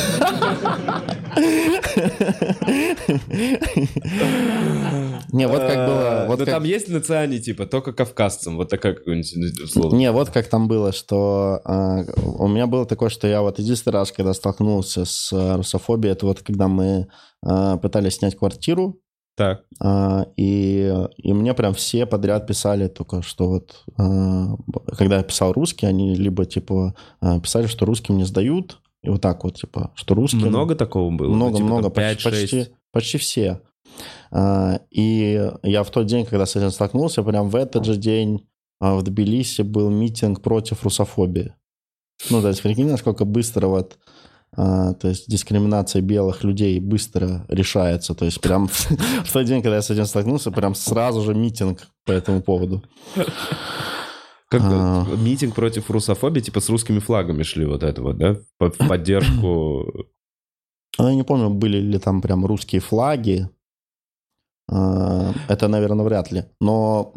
Speaker 2: Не, вот как было...
Speaker 1: Но там есть национальный, типа, только кавказцам, вот такая какое-нибудь слово.
Speaker 2: Не, вот как там было, что у меня было такое, что я вот единственный раз, когда столкнулся с русофобией, это вот когда мы пытались снять квартиру,
Speaker 1: так.
Speaker 2: И мне прям все подряд писали только, что вот когда я писал русский, они либо типа писали, что русским не сдают, и вот так вот типа, что русским...
Speaker 1: Много такого было?
Speaker 2: Много, 5-6. Почти все. И я в тот день, когда с этим столкнулся, прям в этот же день в Тбилиси был митинг против русофобии. Ну, то есть, прикинь, насколько быстро вот, то есть, дискриминация белых людей быстро решается. То есть, прям в тот день, когда я с этим столкнулся, прям сразу же митинг по этому поводу.
Speaker 1: Как митинг против русофобии, типа с русскими флагами шли вот это вот, да? В поддержку...
Speaker 2: Я не помню, были ли там прям русские флаги. Это, наверное, вряд ли. Но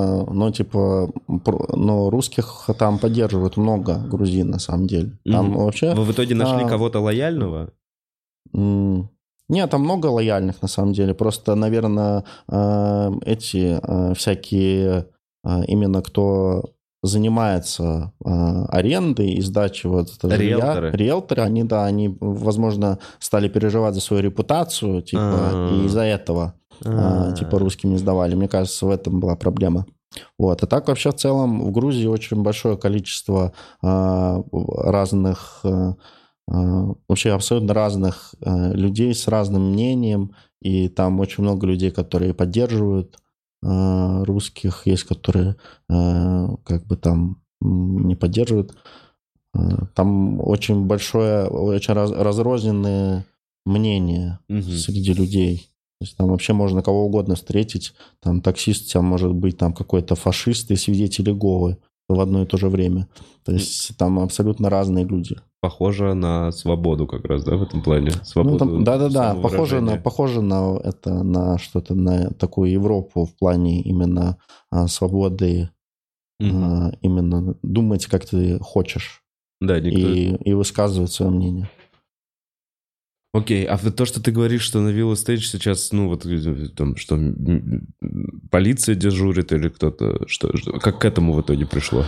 Speaker 2: русских там поддерживают много грузин, на самом деле. Там вообще...
Speaker 1: Вы в итоге нашли кого-то лояльного?
Speaker 2: Нет, там много лояльных, на самом деле. Просто, наверное, эти всякие именно кто занимается арендой и сдачей вот риэлторы, они, возможно, стали переживать за свою репутацию, типа, и из-за этого типа русским не сдавали. Мне кажется, в этом была проблема. Вот. А так вообще в целом в Грузии очень большое количество разных, вообще абсолютно разных людей с разным мнением, и там очень много людей, которые поддерживают русских, есть, которые как бы там не поддерживают. Там очень большое, очень разрозненные мнения среди людей. То есть там вообще можно кого угодно встретить. Там таксист там может быть там какой-то фашист и свидетель Иеговы в одно и то же время. То есть там абсолютно разные люди.
Speaker 1: Похоже на свободу как раз, да, в этом плане? Свободу,
Speaker 2: да. Похоже на это, на что-то, на такую Европу в плане именно свободы, именно думать, как ты хочешь.
Speaker 1: Да,
Speaker 2: и высказывать свое мнение.
Speaker 1: Окей, а то, что ты говоришь, что на Villa Stage сейчас, ну, вот там, что полиция дежурит или кто-то, как к этому в итоге пришло?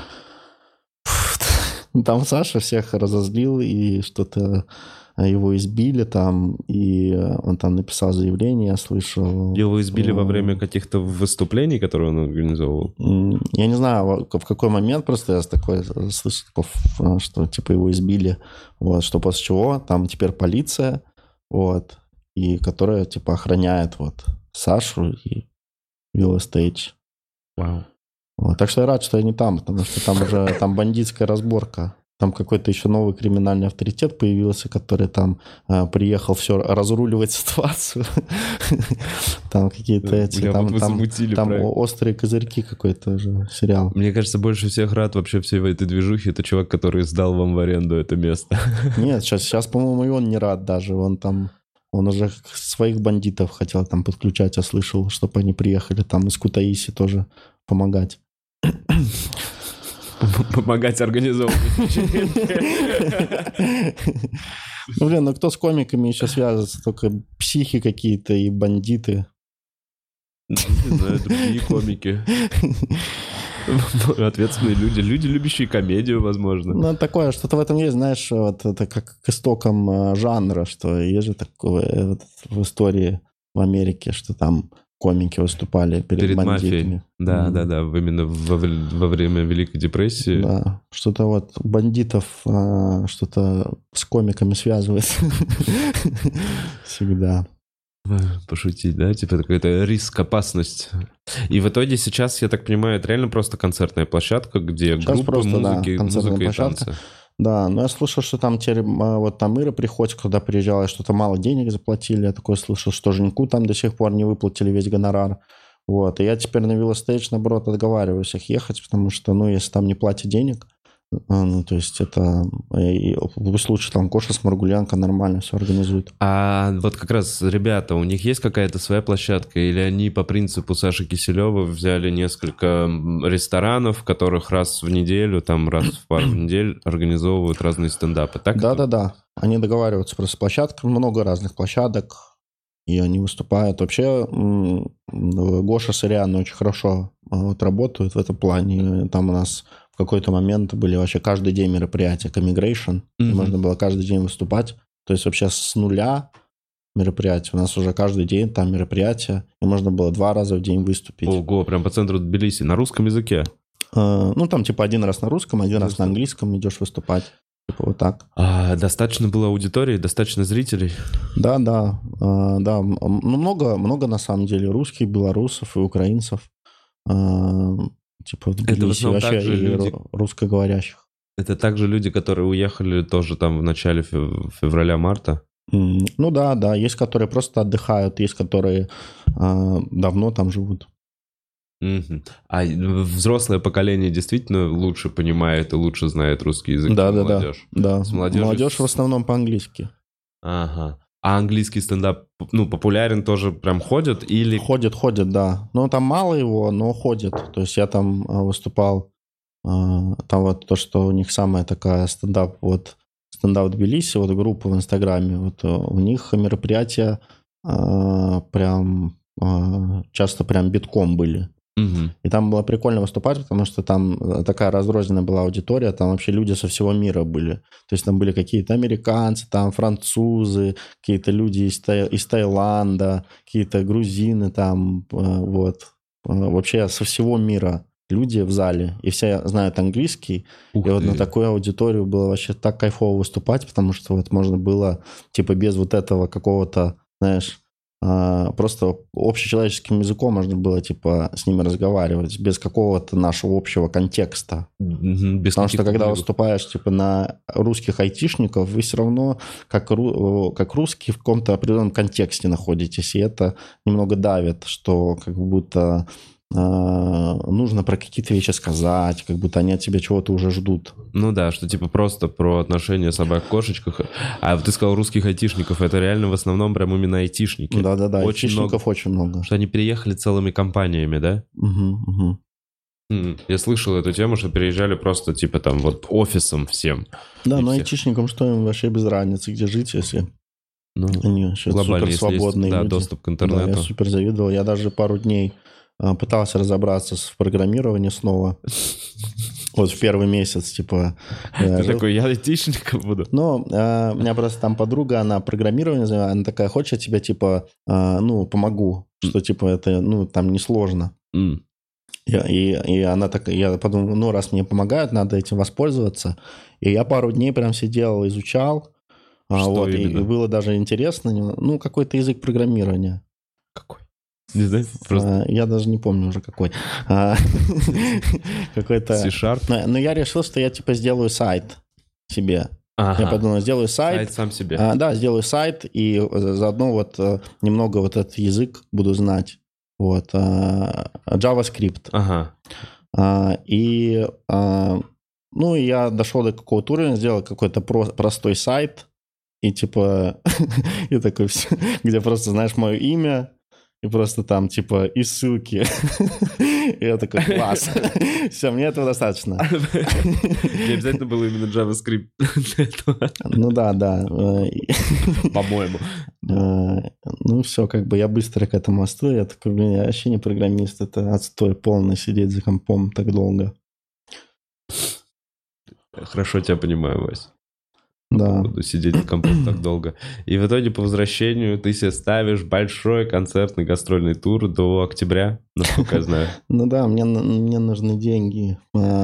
Speaker 2: Там Саша всех разозлил, и что-то его избили там, и он там написал заявление, я слышал.
Speaker 1: Его избили во время каких-то выступлений, которые он организовывал?
Speaker 2: Я не знаю, в какой момент, просто я такой слышал, что типа его избили, вот, что после чего там теперь полиция, вот, и которая типа охраняет вот Сашу и Villa Stage.
Speaker 1: Вау.
Speaker 2: Вот, так что я рад, что я не там, потому что там уже там бандитская разборка. Там какой-то еще новый криминальный авторитет появился, который там приехал все разруливать ситуацию. Там какие-то эти... Там острые козырьки какой-то же сериал.
Speaker 1: Мне кажется, больше всех рад вообще всей этой движухе это чувак, который сдал вам в аренду это место.
Speaker 2: Нет, сейчас, по-моему, и он не рад даже. Он уже своих бандитов хотел там подключать, я слышал, чтобы они приехали там из Кутаиси тоже помогать.
Speaker 1: Помогать организовывать.
Speaker 2: Ну, блин, ну кто с комиками еще связывается? Только психи какие-то и бандиты.
Speaker 1: Не знаю, другие комики. Ответственные люди. Люди, любящие комедию, возможно.
Speaker 2: Ну, такое, что-то в этом есть, знаешь, вот это как к истокам жанра, что есть же такое вот, в истории в Америке, что там комики выступали перед бандитами.
Speaker 1: Мафией. Да. Именно во время Великой депрессии.
Speaker 2: Да, что-то вот бандитов, что-то с комиками связывается. Всегда.
Speaker 1: Пошутить, да? Типа какой-то риск, опасность. И в итоге сейчас, я так понимаю, это реально просто концертная площадка, где
Speaker 2: сейчас
Speaker 1: группы,
Speaker 2: просто,
Speaker 1: музыка и танцы.
Speaker 2: Да, но я слышал, что там теперь вот там Ира Приходько, когда приезжала, что-то мало денег заплатили. Я такое слышал, что Женьку там до сих пор не выплатили весь гонорар. Вот. И я теперь на Villa Stage, наоборот, отговариваюсь их ехать, потому что, ну, если там не платят денег, ну, то есть это... Пусть лучше там Коша Сморгулянка нормально все организует.
Speaker 1: А вот как раз ребята, у них есть какая-то своя площадка? Или они по принципу Саши Киселева взяли несколько ресторанов, в которых раз в неделю, там раз в пару недель организовывают разные стендапы? Так?
Speaker 2: Да. Они договариваются просто с площадкой. Много разных площадок. И они выступают. Вообще Гоша Сырян очень хорошо вот, работают в этом плане. Там у нас в какой-то момент были вообще каждый день мероприятия к Immigration. И можно было каждый день выступать. То есть вообще с нуля мероприятия. У нас уже каждый день там мероприятия. И можно было 2 раза в день выступить.
Speaker 1: Ого, прям по центру Тбилиси. На русском языке?
Speaker 2: Ну, там типа 1 раз на русском, 1 раз на английском идешь выступать. Типа вот так.
Speaker 1: Достаточно было аудитории, достаточно зрителей?
Speaker 2: Да. Ну, много на самом деле русских, белорусов и украинцев. Типа в Тбилиси, вообще и
Speaker 1: люди...
Speaker 2: русскоговорящих.
Speaker 1: Это также люди, которые уехали тоже там в начале февраля-марта?
Speaker 2: Ну да, есть которые просто отдыхают, есть которые давно там живут.
Speaker 1: А взрослое поколение действительно лучше понимает и лучше знает русский язык, чем молодежь?
Speaker 2: Да. Молодежь в основном по-английски.
Speaker 1: Ага. А английский стендап, популярен тоже, прям ходят или...
Speaker 2: Ходит, да. Ну, там мало его, но ходит. То есть я там выступал, там вот то, что у них самая такая стендап Тбилиси, вот группа в Инстаграме, вот у них мероприятия прям часто прям битком были. И там было прикольно выступать, потому что там такая разрозненная была аудитория, там вообще люди со всего мира были. То есть там были какие-то американцы, там французы, какие-то люди из Таиланда, какие-то грузины там, вот. Вообще со всего мира люди в зале, и все знают английский.
Speaker 1: Ух
Speaker 2: и вот
Speaker 1: ты.
Speaker 2: на такую аудиторию было вообще так кайфово выступать, потому что вот можно было, типа, без вот этого какого-то, знаешь, просто общечеловеческим языком можно было, типа, с ними разговаривать, без какого-то нашего общего контекста. Потому что, когда выступаешь, типа, на русских айтишников, вы все равно, как русские, в каком-то определенном контексте находитесь, и это немного давит, что как будто нужно про какие-то вещи сказать, как будто они от тебя чего-то уже ждут.
Speaker 1: Ну да, что типа просто про отношения собак-кошечках. А ты сказал русских айтишников, это реально в основном прям именно айтишники.
Speaker 2: Да,
Speaker 1: очень
Speaker 2: айтишников очень много.
Speaker 1: Что они приехали целыми компаниями, да?
Speaker 2: Угу.
Speaker 1: Я слышал эту тему, что приезжали просто типа там вот офисом всем.
Speaker 2: Да, но айтишникам что им вообще без разницы, где жить, если они вообще супер свободные люди.
Speaker 1: Да, доступ к интернету.
Speaker 2: Да, я супер завидовал. Я даже пару дней пытался разобраться в программировании снова. Вот в первый месяц, типа...
Speaker 1: Ты такой, я айтишником буду.
Speaker 2: Ну, у меня просто там подруга, она программирование занимает, она такая, хочешь, я тебе, типа, помогу, что, типа, это, там несложно. И она такая, я подумал, раз мне помогают, надо этим воспользоваться. И я пару дней прям сидел, изучал.
Speaker 1: Что
Speaker 2: и было даже интересно, какой-то язык программирования.
Speaker 1: Какой? Не знаю, просто...
Speaker 2: Я даже не помню уже какой. Какой-то...
Speaker 1: C-Sharp?
Speaker 2: Но я решил, что я типа сделаю сайт себе. Я подумал, сделаю сайт.
Speaker 1: Сайт сам себе.
Speaker 2: Да, сделаю сайт, и заодно вот немного вот этот язык буду знать. Вот. JavaScript. И я дошел до какого-то уровня, сделал какой-то простой сайт. И типа... и такой, где просто знаешь мое имя, и просто там, типа, и ссылки. И я такой, класс. Все, мне этого достаточно.
Speaker 1: Не обязательно было именно JavaScript для этого.
Speaker 2: Ну да.
Speaker 1: По-моему.
Speaker 2: Все, как бы я быстро к этому остыл. Я такой, я вообще не программист. Это отстой полный сидеть за компом так долго.
Speaker 1: Хорошо тебя понимаю, Вась.
Speaker 2: Да.
Speaker 1: Буду сидеть в компом так долго. И в итоге по возвращению ты себе ставишь большой концертный гастрольный тур до октября, насколько я знаю.
Speaker 2: Ну да, мне нужны деньги.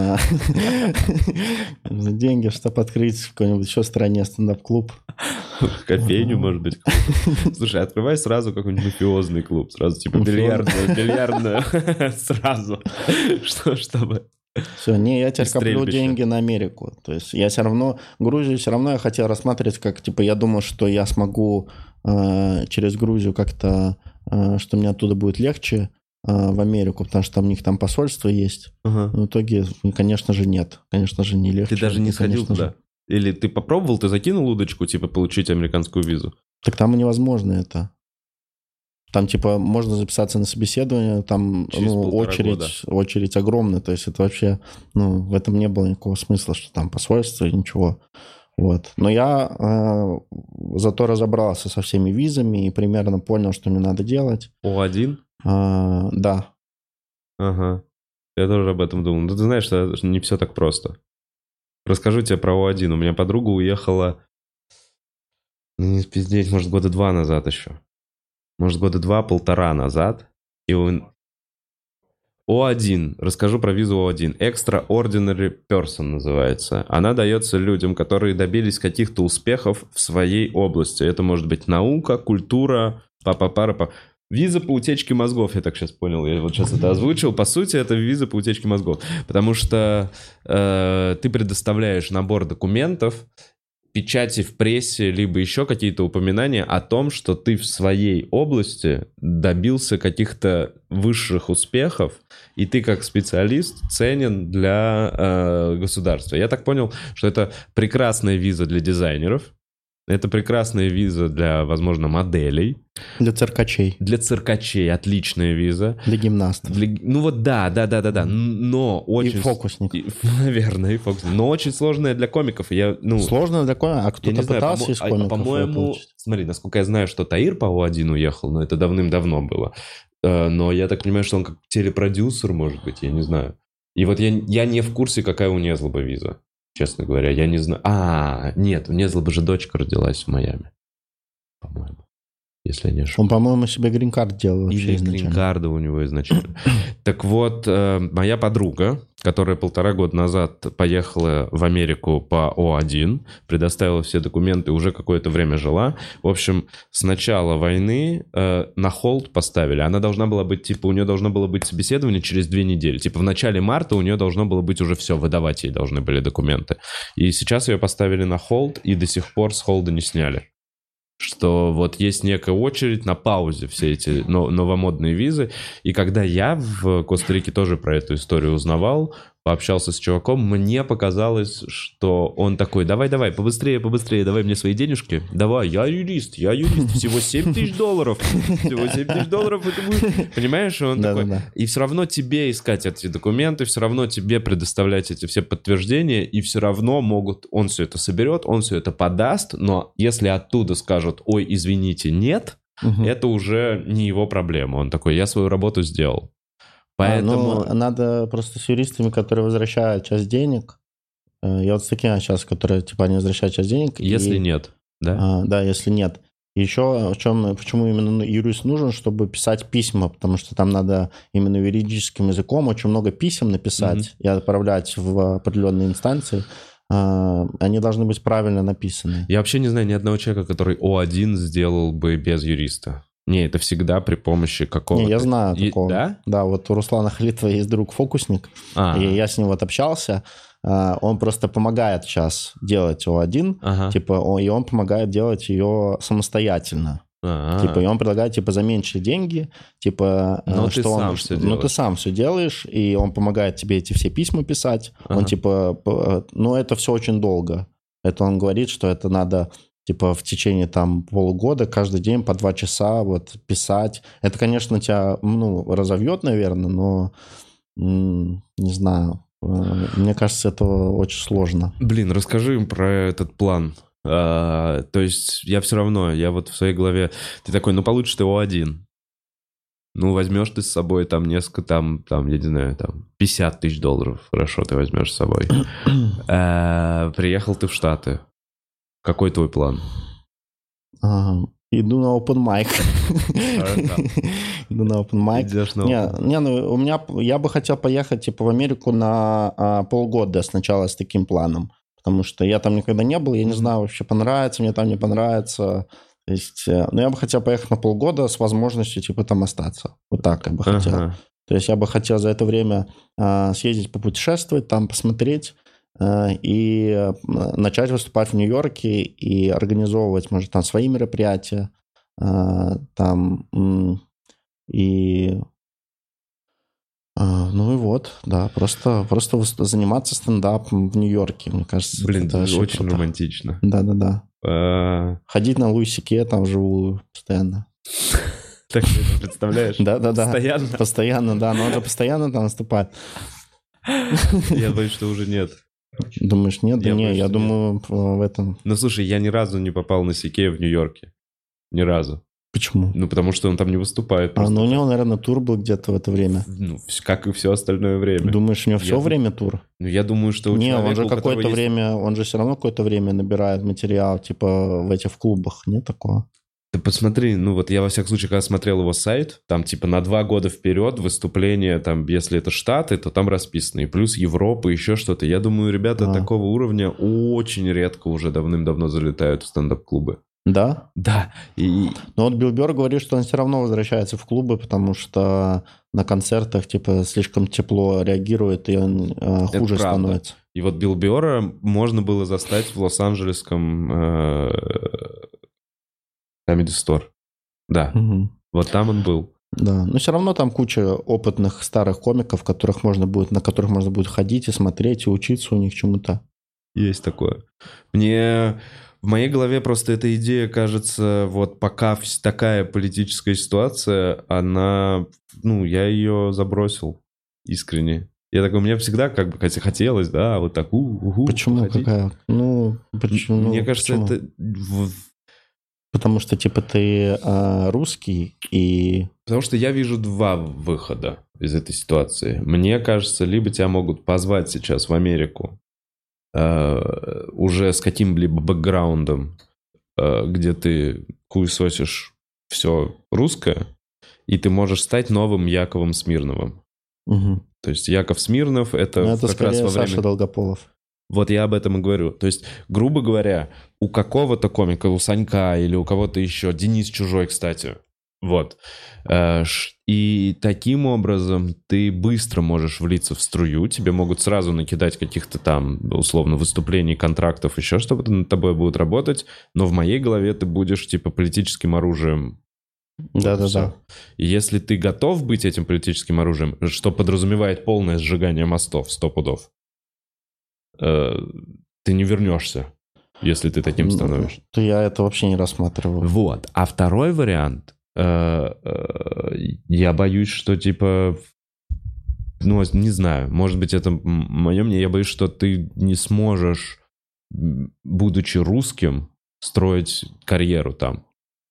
Speaker 2: Деньги, чтобы открыть в какой-нибудь еще стране стендап-клуб.
Speaker 1: Кофейню, может быть. Слушай, открывай сразу какой-нибудь мафиозный клуб. Сразу типа бильярдную. Сразу. Чтобы...
Speaker 2: Все, я теперь коплю деньги на Америку. То есть я все равно, Грузию все равно я хотел рассматривать как, типа, я думал, что я смогу через Грузию как-то, что мне оттуда будет легче в Америку, потому что у них там посольство есть. В итоге, конечно же, нет. Конечно же, не легче.
Speaker 1: Ты даже не сходил туда? Или ты попробовал, ты закинул удочку, типа, получить американскую визу?
Speaker 2: Так там невозможно это. Там, типа, можно записаться на собеседование, там очередь огромная, то есть это вообще, в этом не было никакого смысла, что там посольство и ничего. Вот. Но я зато разобрался со всеми визами и примерно понял, что мне надо делать.
Speaker 1: О1?
Speaker 2: Да.
Speaker 1: Ага. Я тоже об этом думал. Но ты знаешь, что не все так просто. Расскажу тебе про О1. У меня подруга уехала, не спиздеть, может, 2 года назад еще. Может, 2-1.5 года назад. И О1. Расскажу про визу О1. Extraordinary Person называется. Она дается людям, которые добились каких-то успехов в своей области. Это может быть наука, культура, па-па-пара-па. Виза по утечке мозгов, я так сейчас понял, я вот сейчас это озвучил. По сути, это виза по утечке мозгов. Потому что ты предоставляешь набор документов, печати в прессе, либо еще какие-то упоминания о том, что ты в своей области добился каких-то высших успехов, и ты как специалист ценен для государства. Я так понял, что это прекрасная виза для дизайнеров, это прекрасная виза для, возможно, моделей.
Speaker 2: Для циркачей.
Speaker 1: Для циркачей отличная виза.
Speaker 2: Для гимнастов.
Speaker 1: Ну вот да. Но очень...
Speaker 2: И фокусник.
Speaker 1: Наверное, и фокусник. Но очень сложная для комиков.
Speaker 2: Сложная для комиков? А кто-то пытался из комиков
Speaker 1: по-моему, смотри, насколько я знаю, что Таир по О1 уехал, но это давным-давно было. Но я так понимаю, что он как телепродюсер, может быть, я не знаю. И вот я не в курсе, какая у Незлоба виза. Честно говоря, я не знаю. Нет, у Незлоба же дочка родилась в Майами. По-моему. Если я не ошибаюсь.
Speaker 2: Он, по-моему, себе грин-карт делал вообще
Speaker 1: Или
Speaker 2: изначально.
Speaker 1: грин-карда у него изначально. Так вот, моя подруга, которая 1,5 года назад поехала в Америку по О1, предоставила все документы, уже какое-то время жила. В общем, с начала войны на холд поставили. Она должна была быть, у нее должно было быть собеседование через 2 недели. В начале марта у нее должно было быть уже все, выдавать ей должны были документы. И сейчас ее поставили на холд, и до сих пор с холда не сняли. Что вот есть некая очередь на паузе, все эти новомодные визы. И когда я в Коста-Рике тоже про эту историю узнавал, пообщался с чуваком, мне показалось, что он такой: давай, побыстрее, давай мне свои денежки. Давай, я юрист, всего $7 000. Всего $7 000 это будет. Понимаешь, он такой.
Speaker 2: Да.
Speaker 1: И все равно тебе искать эти документы, все равно тебе предоставлять эти все подтверждения, и все равно он все это соберет, он все это подаст, но если оттуда скажут: ой, извините, нет, это уже не его проблема. Он такой: я свою работу сделал. Поэтому...
Speaker 2: надо просто с юристами, которые возвращают часть денег. Я вот с такими сейчас, которые, они возвращают часть денег.
Speaker 1: Если нет, да?
Speaker 2: Да, если нет. Еще почему именно юрист нужен, чтобы писать письма, потому что там надо именно юридическим языком очень много писем написать и отправлять в определенные инстанции. Они должны быть правильно написаны.
Speaker 1: Я вообще не знаю ни одного человека, который О1 сделал бы без юриста. Не, это всегда при помощи какого-то...
Speaker 2: Не, я знаю такого.
Speaker 1: Да?
Speaker 2: Да, вот у Руслана Халитова есть друг-фокусник, и я с ним общался. Он просто помогает сейчас делать О1, и он помогает делать ее самостоятельно. И он предлагает, за меньшие деньги,
Speaker 1: но ты сам все делаешь.
Speaker 2: Но ты сам все делаешь, и он помогает тебе эти все письма писать. Он, это все очень долго. Это он говорит, что это надо... в течение полугода, каждый день по 2 часа писать. Это, конечно, тебя, разовьет, наверное, но не знаю. Мне кажется, это очень сложно.
Speaker 1: Блин, расскажи им про этот план. То есть я все равно, в своей голове... Ты такой: получишь ты О1. Возьмешь ты с собой несколько, я не знаю, $50 000. Хорошо, ты возьмешь с собой. Приехал ты в Штаты. Какой твой план?
Speaker 2: Иду на open mic. Иду на open mic.
Speaker 1: Идешь на open.
Speaker 2: Я бы хотел поехать в Америку на полгода сначала с таким планом, потому что я там никогда не был, я не знаю вообще, понравится мне там, не понравится. То есть, но я бы хотел поехать на полгода с возможностью там остаться. Вот так я бы хотел. То есть я бы хотел за это время съездить попутешествовать, там посмотреть, и начать выступать в Нью-Йорке и организовывать, может, свои мероприятия, просто заниматься стендапом в Нью-Йорке, мне кажется.
Speaker 1: Блин, это очень круто. Романтично.
Speaker 2: Да. Ходить на Луи Си-Кей вживую постоянно.
Speaker 1: Так ты это представляешь?
Speaker 2: Да.
Speaker 1: Постоянно?
Speaker 2: Постоянно, да, но он же постоянно там выступает.
Speaker 1: Я боюсь, что уже нет.
Speaker 2: Думаешь, нет? Да не, я думаю, в этом...
Speaker 1: Слушай, я ни разу не попал на Си-Кея в Нью-Йорке. Ни разу.
Speaker 2: Почему?
Speaker 1: Потому что он там не выступает. Просто.
Speaker 2: У него, наверное, тур был где-то в это время.
Speaker 1: Как и все остальное время.
Speaker 2: Думаешь, у него все время тур?
Speaker 1: Я думаю, что у
Speaker 2: человека, он же какое-то время, он же все равно какое-то время набирает материал, в клубах. Нет такого?
Speaker 1: Ты посмотри, ну вот я во всяком случае, когда смотрел его сайт, там типа на 2 года вперед выступления, там, если это Штаты, то там расписано, и плюс Европа, еще что-то. Я думаю, ребята такого уровня очень редко уже давным-давно залетают в стендап-клубы.
Speaker 2: Да?
Speaker 1: Да.
Speaker 2: Но вот Билл Бёрр говорит, что он все равно возвращается в клубы, потому что на концертах типа слишком тепло реагирует, и он хуже становится.
Speaker 1: И вот Билл Бёрра можно было застать в Лос-Анджелесском Comedy Store. Да. Вот там он был.
Speaker 2: Да, но все равно там куча опытных старых комиков, на которых можно будет ходить и смотреть, и учиться у них чему-то.
Speaker 1: Есть такое. Мне в моей голове просто эта идея кажется, вот пока такая политическая ситуация, она, ну, я ее забросил искренне. Я такой, мне всегда как бы хотелось, да, вот так,
Speaker 2: Почему?
Speaker 1: походить.
Speaker 2: Какая? Ну, почему?
Speaker 1: Мне кажется,
Speaker 2: почему?
Speaker 1: это...
Speaker 2: Потому что, типа, ты русский и...
Speaker 1: Потому что я вижу 2 выхода из этой ситуации. Мне кажется, либо тебя могут позвать сейчас в Америку уже с каким-либо бэкграундом, где ты хуесосишь все русское, и ты можешь стать новым Яковом Смирновым.
Speaker 2: Угу.
Speaker 1: То есть Яков Смирнов — это
Speaker 2: это
Speaker 1: как
Speaker 2: скорее
Speaker 1: раз во время...
Speaker 2: Саша Долгополов.
Speaker 1: Вот я об этом и говорю. То есть, грубо говоря, у какого-то комика, у Санька или у кого-то еще, Денис Чужой, кстати, вот. И таким образом ты быстро можешь влиться в струю, тебе могут сразу накидать каких-то там, условно, выступлений, контрактов, еще что-то над тобой будут работать, но в моей голове ты будешь, типа, политическим оружием.
Speaker 2: Да-да-да.
Speaker 1: И если ты готов быть этим политическим оружием, что подразумевает полное сжигание мостов, 100 пудов, ты не вернешься, если ты таким становишься.
Speaker 2: То я это вообще не рассматриваю.
Speaker 1: Вот. А второй вариант, я боюсь, что типа, ну, не знаю, может быть, это мое мнение, я боюсь, что ты не сможешь, будучи русским, строить карьеру там.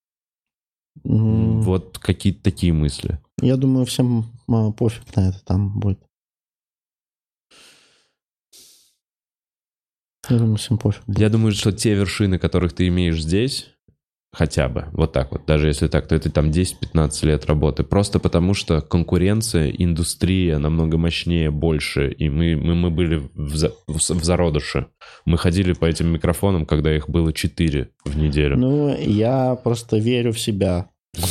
Speaker 1: Вот какие-то такие мысли.
Speaker 2: Я думаю, всем пофиг на это там будет. Я думаю, всем пофиг будет.
Speaker 1: Я думаю, что те вершины, которых ты имеешь здесь, хотя бы, вот так вот, даже если так, то это там 10-15 лет работы. Просто потому, что конкуренция, индустрия намного мощнее, больше, и мы были в зародыше. Мы ходили по этим микрофонам, когда их было 4 в неделю.
Speaker 2: Ну, я просто верю в себя.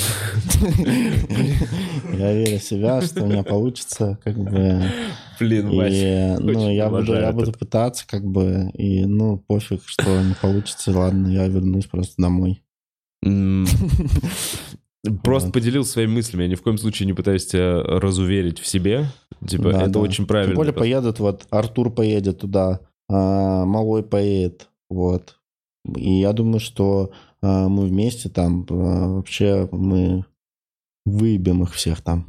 Speaker 2: Я верю в себя, что у меня получится, как бы...
Speaker 1: Блин, Вася,
Speaker 2: ну, я буду пытаться, как бы, и, ну, пофиг, что не получится, ладно, я вернусь просто домой.
Speaker 1: Просто поделился своими мыслями. Я ни в коем случае не пытаюсь тебя разуверить в себе. Типа, да, это да. Очень правильно.
Speaker 2: Тем более поедут, вот, Артур поедет туда, Малой поедет, вот. И я думаю, что мы вместе там, вообще мы выебем их всех там.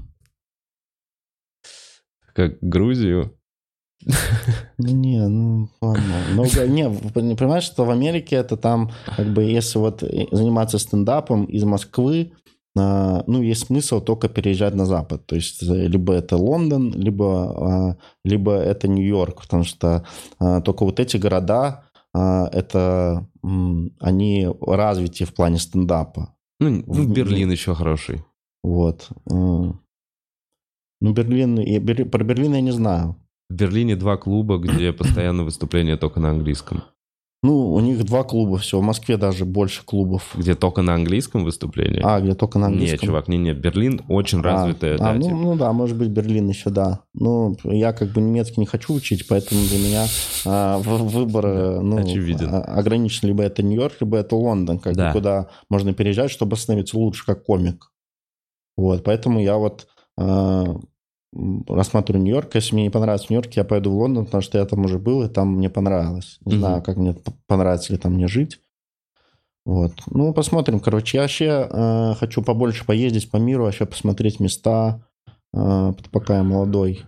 Speaker 1: Как Грузию?
Speaker 2: Не, ну ладно. Но, не, понимаешь, что в Америке это там, как бы, если вот заниматься стендапом из Москвы, ну, есть смысл только переезжать на Запад. То есть либо это Лондон, либо это Нью-Йорк, потому что только вот эти города, это они развиты в плане стендапа.
Speaker 1: Ну, Берлин еще хороший.
Speaker 2: Вот. Ну, Берлин, про Берлин я не знаю.
Speaker 1: В Берлине 2 клуба, где постоянно выступления только на английском.
Speaker 2: Ну, у них 2 клуба всего. В Москве даже больше клубов.
Speaker 1: Где только на английском выступление?
Speaker 2: Где только на английском.
Speaker 1: Нет, чувак, нет. Берлин очень развитая. Да,
Speaker 2: типа. Ну да, может быть, Берлин еще, да. Ну, я как бы немецкий не хочу учить, поэтому для меня выбор ограничен. Либо это Нью-Йорк, либо это Лондон, как бы, куда можно переезжать, чтобы становиться лучше как комик. Вот, поэтому я вот... рассматриваю Нью-Йорк. Если мне не понравится Нью-Йорк, я поеду в Лондон, потому что я там уже был, и там мне понравилось. Не знаю, как мне понравится ли там мне жить. Вот. Ну, посмотрим. Короче, я вообще хочу побольше поездить по миру, вообще посмотреть места, пока я молодой.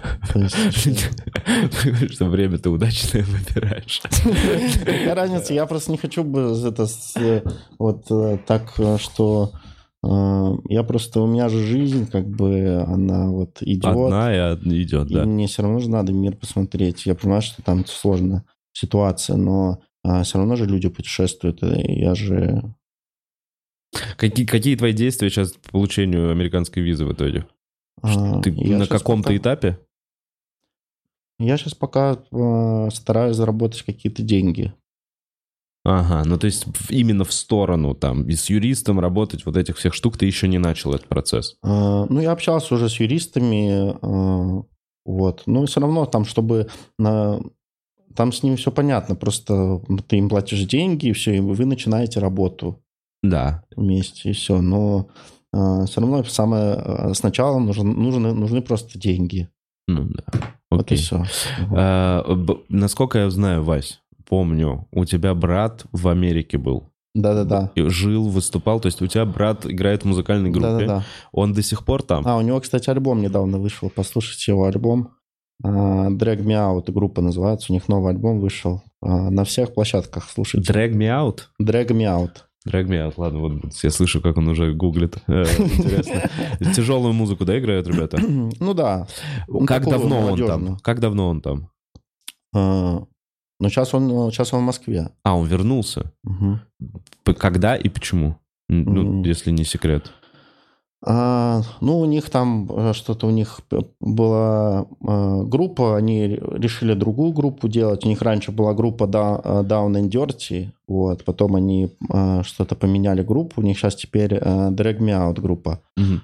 Speaker 1: Что время ты удачное выбираешь.
Speaker 2: Какая разница? Я просто не хочу вот так, что... Я просто, у меня же жизнь, как бы, она вот идет.
Speaker 1: Одна и идет, да.
Speaker 2: И мне все равно же надо мир посмотреть. Я понимаю, что там сложная ситуация, но все равно же люди путешествуют. И я же
Speaker 1: Какие твои действия сейчас по получению американской визы в итоге? Ты на каком-то этапе?
Speaker 2: Я сейчас пока стараюсь заработать какие-то деньги.
Speaker 1: Ага, ну то есть именно в сторону там, и с юристом работать вот этих всех штук ты еще не начал этот процесс?
Speaker 2: Ну, я общался уже с юристами, вот. Но все равно там, чтобы... Там с ними все понятно, просто ты им платишь деньги, и все, и вы начинаете работу.
Speaker 1: Да.
Speaker 2: Вместе, и все. Но все равно сначала нужны просто деньги.
Speaker 1: Ну да.
Speaker 2: Вот
Speaker 1: Окей.
Speaker 2: и все.
Speaker 1: Насколько я знаю, Вась, помню, у тебя брат в Америке был.
Speaker 2: Да-да-да.
Speaker 1: Жил, выступал, то есть у тебя брат играет в музыкальной группе.
Speaker 2: Да-да-да.
Speaker 1: Он до сих пор там?
Speaker 2: У него, кстати, альбом недавно вышел. Послушайте его альбом. Drag Me Out группа называется. У них новый альбом вышел. На всех площадках слушайте.
Speaker 1: Drag Me Out?
Speaker 2: Drag Me Out.
Speaker 1: Drag Me Out, ладно, вот я слышу, как он уже гуглит. Интересно. Тяжелую музыку, да, играют ребята?
Speaker 2: Ну да.
Speaker 1: Как давно он там? Как давно он там?
Speaker 2: Ну, сейчас он в Москве.
Speaker 1: Он вернулся? Когда и почему? Ну, если не секрет.
Speaker 2: Ну, у них там что-то, у них была группа, они решили другую группу делать. У них раньше была группа Down and Dirty, вот, потом они что-то поменяли группу, у них сейчас теперь Drag Me Out группа.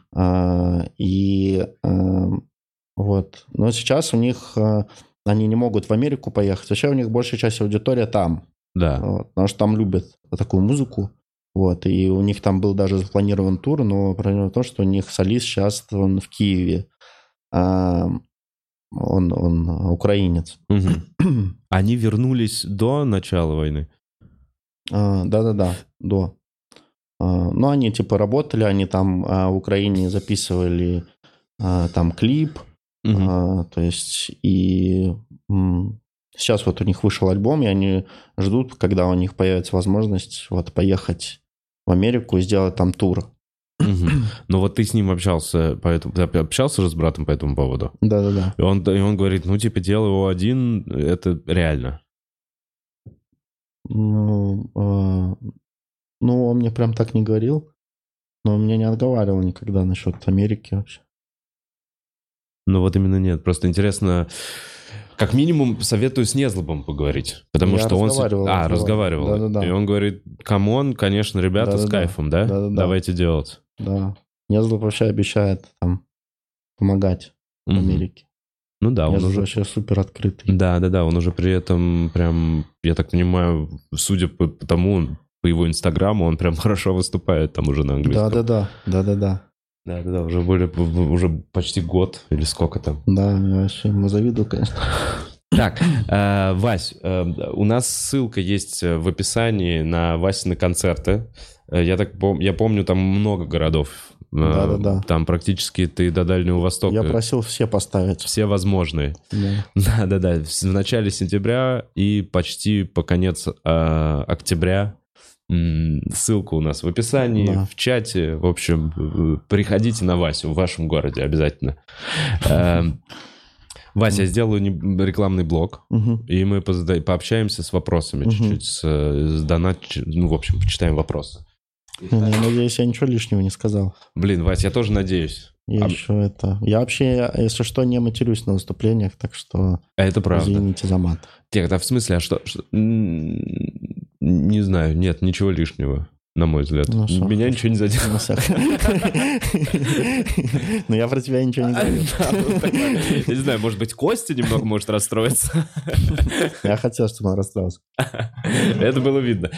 Speaker 2: И вот, но сейчас у них, они не могут в Америку поехать, вообще у них большая часть аудитории там.
Speaker 1: Да.
Speaker 2: Вот, потому что там любят такую музыку. Вот, и у них там был даже запланирован тур, но проблема в том, что у них солист сейчас он в Киеве. Он украинец.
Speaker 1: Они вернулись до начала войны?
Speaker 2: Да-да-да, до. Ну, они типа работали, они там в Украине записывали там клип. То есть, и сейчас вот у них вышел альбом, и они ждут, когда у них появится возможность вот поехать в Америку и сделать там тур.
Speaker 1: Ну вот ты с ним общался, ты общался же с братом по этому поводу?
Speaker 2: Да-да-да.
Speaker 1: И он говорит, ну типа дело его один, это реально.
Speaker 2: Ну, он мне прям так не говорил, но он меня не отговаривал никогда насчет Америки вообще.
Speaker 1: Ну вот именно нет, просто интересно... Как минимум, советую с Незлобом поговорить. Потому что он... разговаривал.
Speaker 2: Да-да-да.
Speaker 1: И он говорит, камон, конечно, ребята,
Speaker 2: Да-да-да.
Speaker 1: с кайфом, да?
Speaker 2: Да-да-да.
Speaker 1: Давайте делать.
Speaker 2: Да. Незлоб вообще обещает там помогать в Америке.
Speaker 1: Ну да,
Speaker 2: он уже вообще супер открытый.
Speaker 1: Да, он уже при этом прям, я так понимаю, судя по тому, по его инстаграму, он прям хорошо выступает там уже на английском.
Speaker 2: Да-да-да.
Speaker 1: Да, уже почти год или сколько там.
Speaker 2: Да, я вообще ему завидую, конечно.
Speaker 1: Так, Вась, у нас ссылка есть в описании на Васины концерты. Я помню, там много городов.
Speaker 2: Да.
Speaker 1: Там практически ты до Дальнего Востока.
Speaker 2: Я просил все поставить.
Speaker 1: Все возможные. Да. В начале сентября и почти по конец октября. Ссылка у нас в описании, в чате. В общем, приходите на Васю в вашем городе обязательно. Вася, я сделаю рекламный блог, и мы пообщаемся с вопросами чуть-чуть, с в общем, почитаем вопросы.
Speaker 2: Я надеюсь, я ничего лишнего не сказал.
Speaker 1: Блин, Вась, я тоже надеюсь.
Speaker 2: Я вообще, если что, не матерюсь на выступлениях, так что...
Speaker 1: Это правда.
Speaker 2: Извините за мат.
Speaker 1: В смысле, а что? Не знаю, нет, ничего лишнего, на мой взгляд. Меня ничего не задело.
Speaker 2: Но я про тебя ничего не говорю.
Speaker 1: Я не знаю, может быть, Костя немного может расстроиться.
Speaker 2: Я хотел, чтобы он расстроился.
Speaker 1: Это было видно.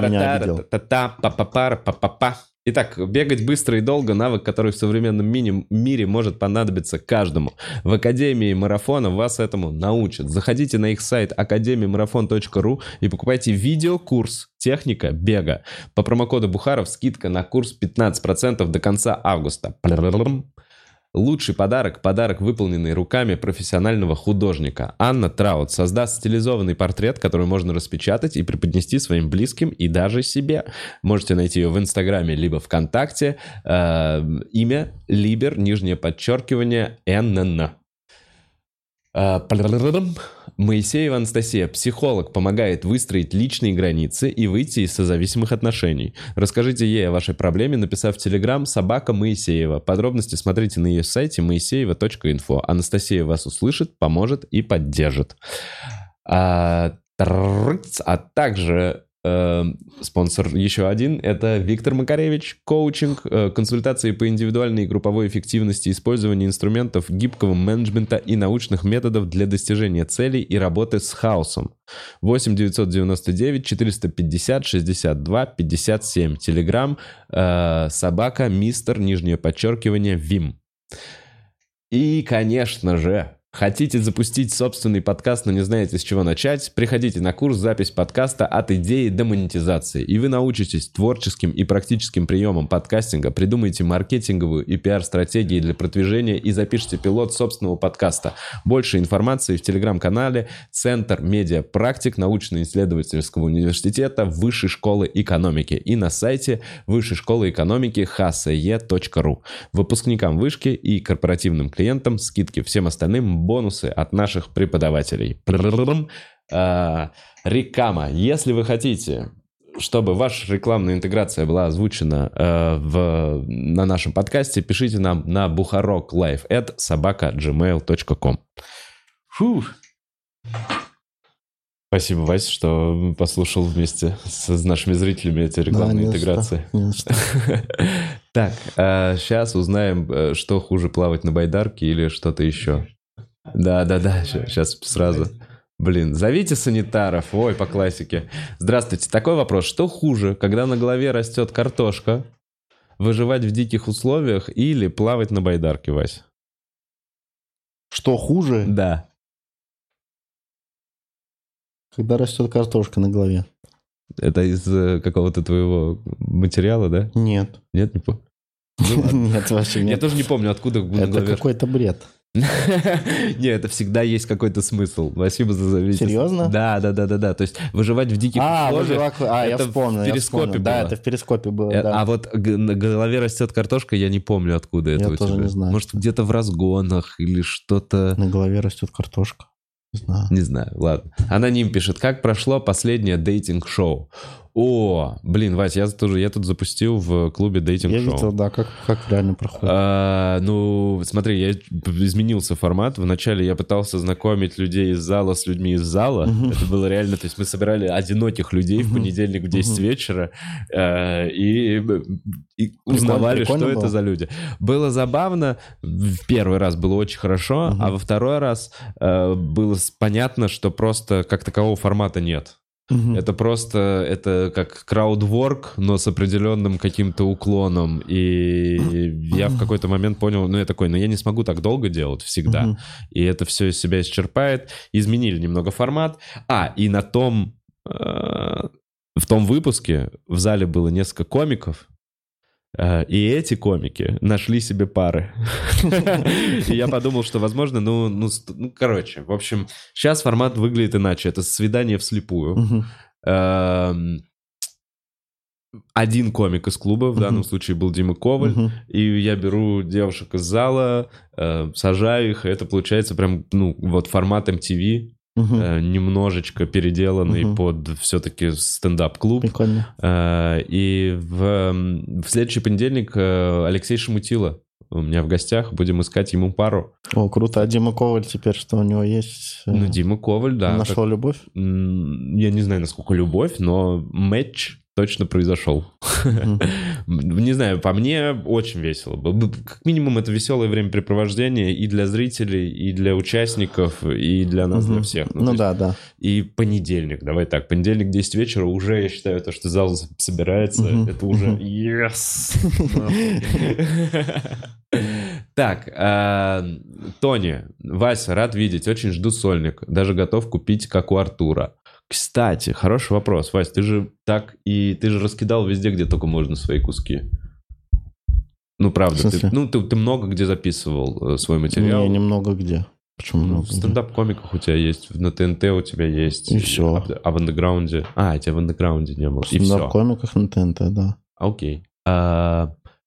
Speaker 1: Итак, бегать быстро и долго — навык, который в современном мире может понадобиться каждому. В Академии Марафона вас этому научат. Заходите на их сайт academymarathon.ru и покупайте видеокурс «Техника бега». По промокоду Бухаров скидка на курс 15% до конца августа. Лучший подарок – подарок, выполненный руками профессионального художника. Анна Траут создаст стилизованный портрет, который можно распечатать и преподнести своим близким и даже себе. Можете найти ее в Инстаграме либо ВКонтакте. Имя Либер, _NN. Моисеева Анастасия, психолог, помогает выстроить личные границы и выйти из созависимых отношений. Расскажите ей о вашей проблеме, написав в Telegram «Собака Моисеева». Подробности смотрите на ее сайте moisеева.info. Анастасия вас услышит, поможет и поддержит. А также спонсор еще один — это Виктор Макаревич, коучинг, консультации по индивидуальной и групповой эффективности, использование инструментов гибкого менеджмента и научных методов для достижения целей и работы с хаосом. 8 999 450 62 57. Телеграм собака мистер _Вим. И, конечно же, хотите запустить собственный подкаст, но не знаете, с чего начать? Приходите на курс «Запись подкаста от идеи до монетизации», и вы научитесь творческим и практическим приемам подкастинга, придумаете маркетинговую и пиар-стратегии для продвижения и запишите пилот собственного подкаста. Больше информации в телеграм-канале «Центр медиапрактик» научно-исследовательского университета Высшей школы экономики и на сайте Высшей школы экономики hse.ru. Выпускникам вышки и корпоративным клиентам скидки, всем остальным бонусы от наших преподавателей. Реклама. Если вы хотите, чтобы ваша рекламная интеграция была озвучена на нашем подкасте, пишите нам на buharoklive@sobaka@gmail.com. Фух. Спасибо, Вася, что послушал вместе с нашими зрителями эти рекламные интеграции. Так, сейчас узнаем, что хуже, плавать на байдарке или что-то еще. Да, сейчас сразу. Блин, зовите санитаров, ой, по классике. Здравствуйте, такой вопрос. Что хуже, когда на голове растет картошка, выживать в диких условиях или плавать на байдарке, Вась?
Speaker 2: Что хуже?
Speaker 1: Да.
Speaker 2: Когда растет картошка на голове.
Speaker 1: Это из какого-то твоего материала, да?
Speaker 2: Нет.
Speaker 1: Нет, не помню.
Speaker 2: Нет, вообще нет.
Speaker 1: Я тоже не помню, откуда на голове.
Speaker 2: Это какой-то бред.
Speaker 1: Не, это всегда есть какой-то смысл. Спасибо за зависимость.
Speaker 2: Серьезно?
Speaker 1: Да. То есть выживать в диких условиях.
Speaker 2: Я вспомнил.
Speaker 1: В перископе было.
Speaker 2: Да, это в перископе было, да.
Speaker 1: А вот на голове растет картошка, я не помню, откуда это у тебя.
Speaker 2: Я тоже не знаю.
Speaker 1: Может, где-то в разгонах или что-то.
Speaker 2: На голове растет картошка.
Speaker 1: Не знаю, ладно. Аноним пишет: как прошло последнее дейтинг-шоу? О, блин, Вась, я тут запустил в клубе дейтинг-шоу.
Speaker 2: Я видел, да, как реально проходит.
Speaker 1: Ну, смотри, изменился формат. Вначале я пытался знакомить людей из зала с людьми из зала. Это было реально, то есть мы собирали одиноких людей в понедельник в 10 вечера и узнавали, что было. Это за люди. Было забавно. В первый раз было очень хорошо, а во второй раз было понятно, что просто как такового формата нет. Это просто, это как краудворк, но с определенным каким-то уклоном. И я в какой-то момент понял, я такой, я не смогу так долго делать всегда. И это все из себя исчерпает. Изменили немного формат. И на в том выпуске в зале было несколько комиков. И эти комики нашли себе пары. И я подумал, что, возможно, короче, в общем, сейчас формат выглядит иначе. Это свидание вслепую. Один комик из клуба, в данном случае был Дима Коваль, и я беру девушек из зала, сажаю их, и это получается прям, вот формат MTV, немножечко переделанный под все-таки стендап-клуб.
Speaker 2: Прикольно.
Speaker 1: И в следующий понедельник Алексей Шамутила у меня в гостях, будем искать ему пару.
Speaker 2: О, круто. А Дима Коваль теперь, что у него есть?
Speaker 1: Дима Коваль, да.
Speaker 2: Нашел любовь?
Speaker 1: Я не знаю, насколько любовь, но матч точно произошел. Не знаю, по мне очень весело было. Как минимум, это веселое времяпрепровождение и для зрителей, и для участников, и для нас, для всех.
Speaker 2: Да.
Speaker 1: И понедельник, давай так, понедельник 10 вечера уже, я считаю, то, что зал собирается, это уже yes! Так, Тони, Вася, рад видеть, очень жду сольник, даже готов купить, как у Артура. Кстати, хороший вопрос, Вась, ты же раскидал везде, где только можно свои куски. Ну, правда, ты много где записывал свой материал.
Speaker 2: Не много где. Почему много?
Speaker 1: В стендап-комиках у тебя есть, на ТНТ у тебя есть.
Speaker 2: И все.
Speaker 1: А в андеграунде? тебя в андеграунде не было.
Speaker 2: В стендап-комиках на ТНТ, да.
Speaker 1: Окей.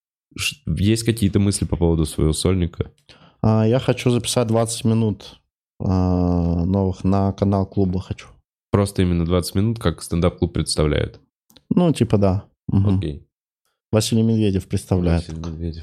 Speaker 1: Есть какие-то мысли по поводу своего сольника?
Speaker 2: Я хочу записать 20 минут новых на канал клуба хочу.
Speaker 1: Просто именно 20 минут, как стендап-клуб представляет.
Speaker 2: Ну, типа да. Угу.
Speaker 1: Окей.
Speaker 2: Василий Медведев представляет.
Speaker 1: Василий Медведев.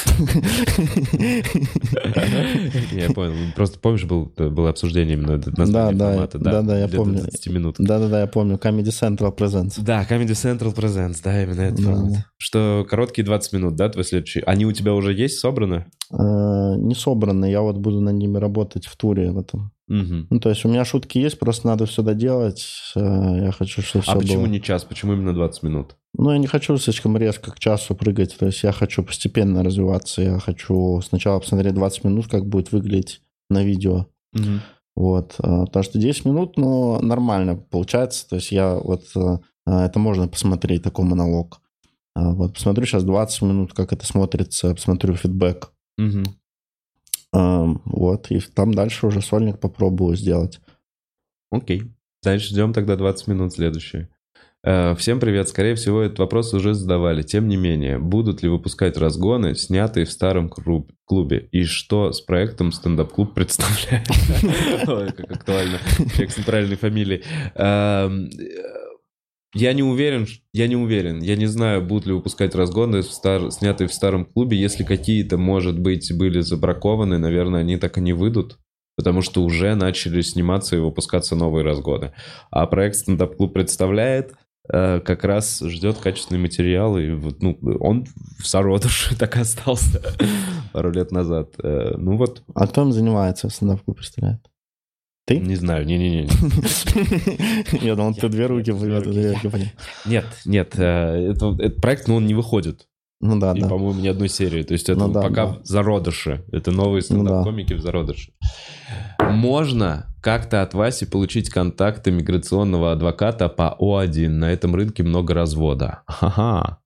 Speaker 1: Я понял. Просто помнишь, было обсуждение именно названия формата.
Speaker 2: Да, я помню.
Speaker 1: 20 минут.
Speaker 2: Да, я помню. Comedy Central Presents.
Speaker 1: Да, Comedy Central Presents, да, именно этот формат. Что короткие 20 минут, да, твой следующий? Они у тебя уже есть собраны?
Speaker 2: Не собраны, я вот буду над ними работать в туре в этом. Ну, то есть у меня шутки есть, просто надо все доделать. Я хочу, чтобы все было.
Speaker 1: А почему не час? Почему именно 20 минут?
Speaker 2: Ну, я не хочу слишком резко к часу прыгать. То есть я хочу постепенно развиваться. Я хочу сначала посмотреть 20 минут, как будет выглядеть на видео. Вот. Потому что 10 минут, ну, нормально получается. То есть я вот... Это можно посмотреть, такой монолог. Вот. Посмотрю сейчас 20 минут, как это смотрится. Посмотрю фидбэк. Вот, и там дальше уже сольник попробую сделать.
Speaker 1: Окей. Дальше ждем тогда 20 минут следующие. Всем привет. Скорее всего, этот вопрос уже задавали. Тем не менее, будут ли выпускать разгоны, снятые в старом клубе? И что с проектом стендап-клуб представляет? Ой, как актуально. Человек с неправильной фамилией. Я не уверен, я не знаю, будут ли выпускать разгоны, снятые в старом клубе. Если какие-то, может быть, были забракованы, наверное, они так и не выйдут, потому что уже начали сниматься и выпускаться новые разгоны. А проект «Стендап-клуб» представляет, как раз ждет качественный материал, и ну, он в зародыше так и остался пару лет назад. Ну вот.
Speaker 2: А кто им занимается, «Стендап-клуб» представляет? Ты?
Speaker 1: Не знаю, не.
Speaker 2: Я думал, ты две руки
Speaker 1: Нет, этот проект, но он не выходит.
Speaker 2: Ну да,
Speaker 1: и, по-моему, ни одной серии. То есть это пока в зародыше. Это новые стендап-комики в зародыше. Можно как-то от Васи получить контакты миграционного адвоката по О1. На этом рынке много развода. Ха-ха.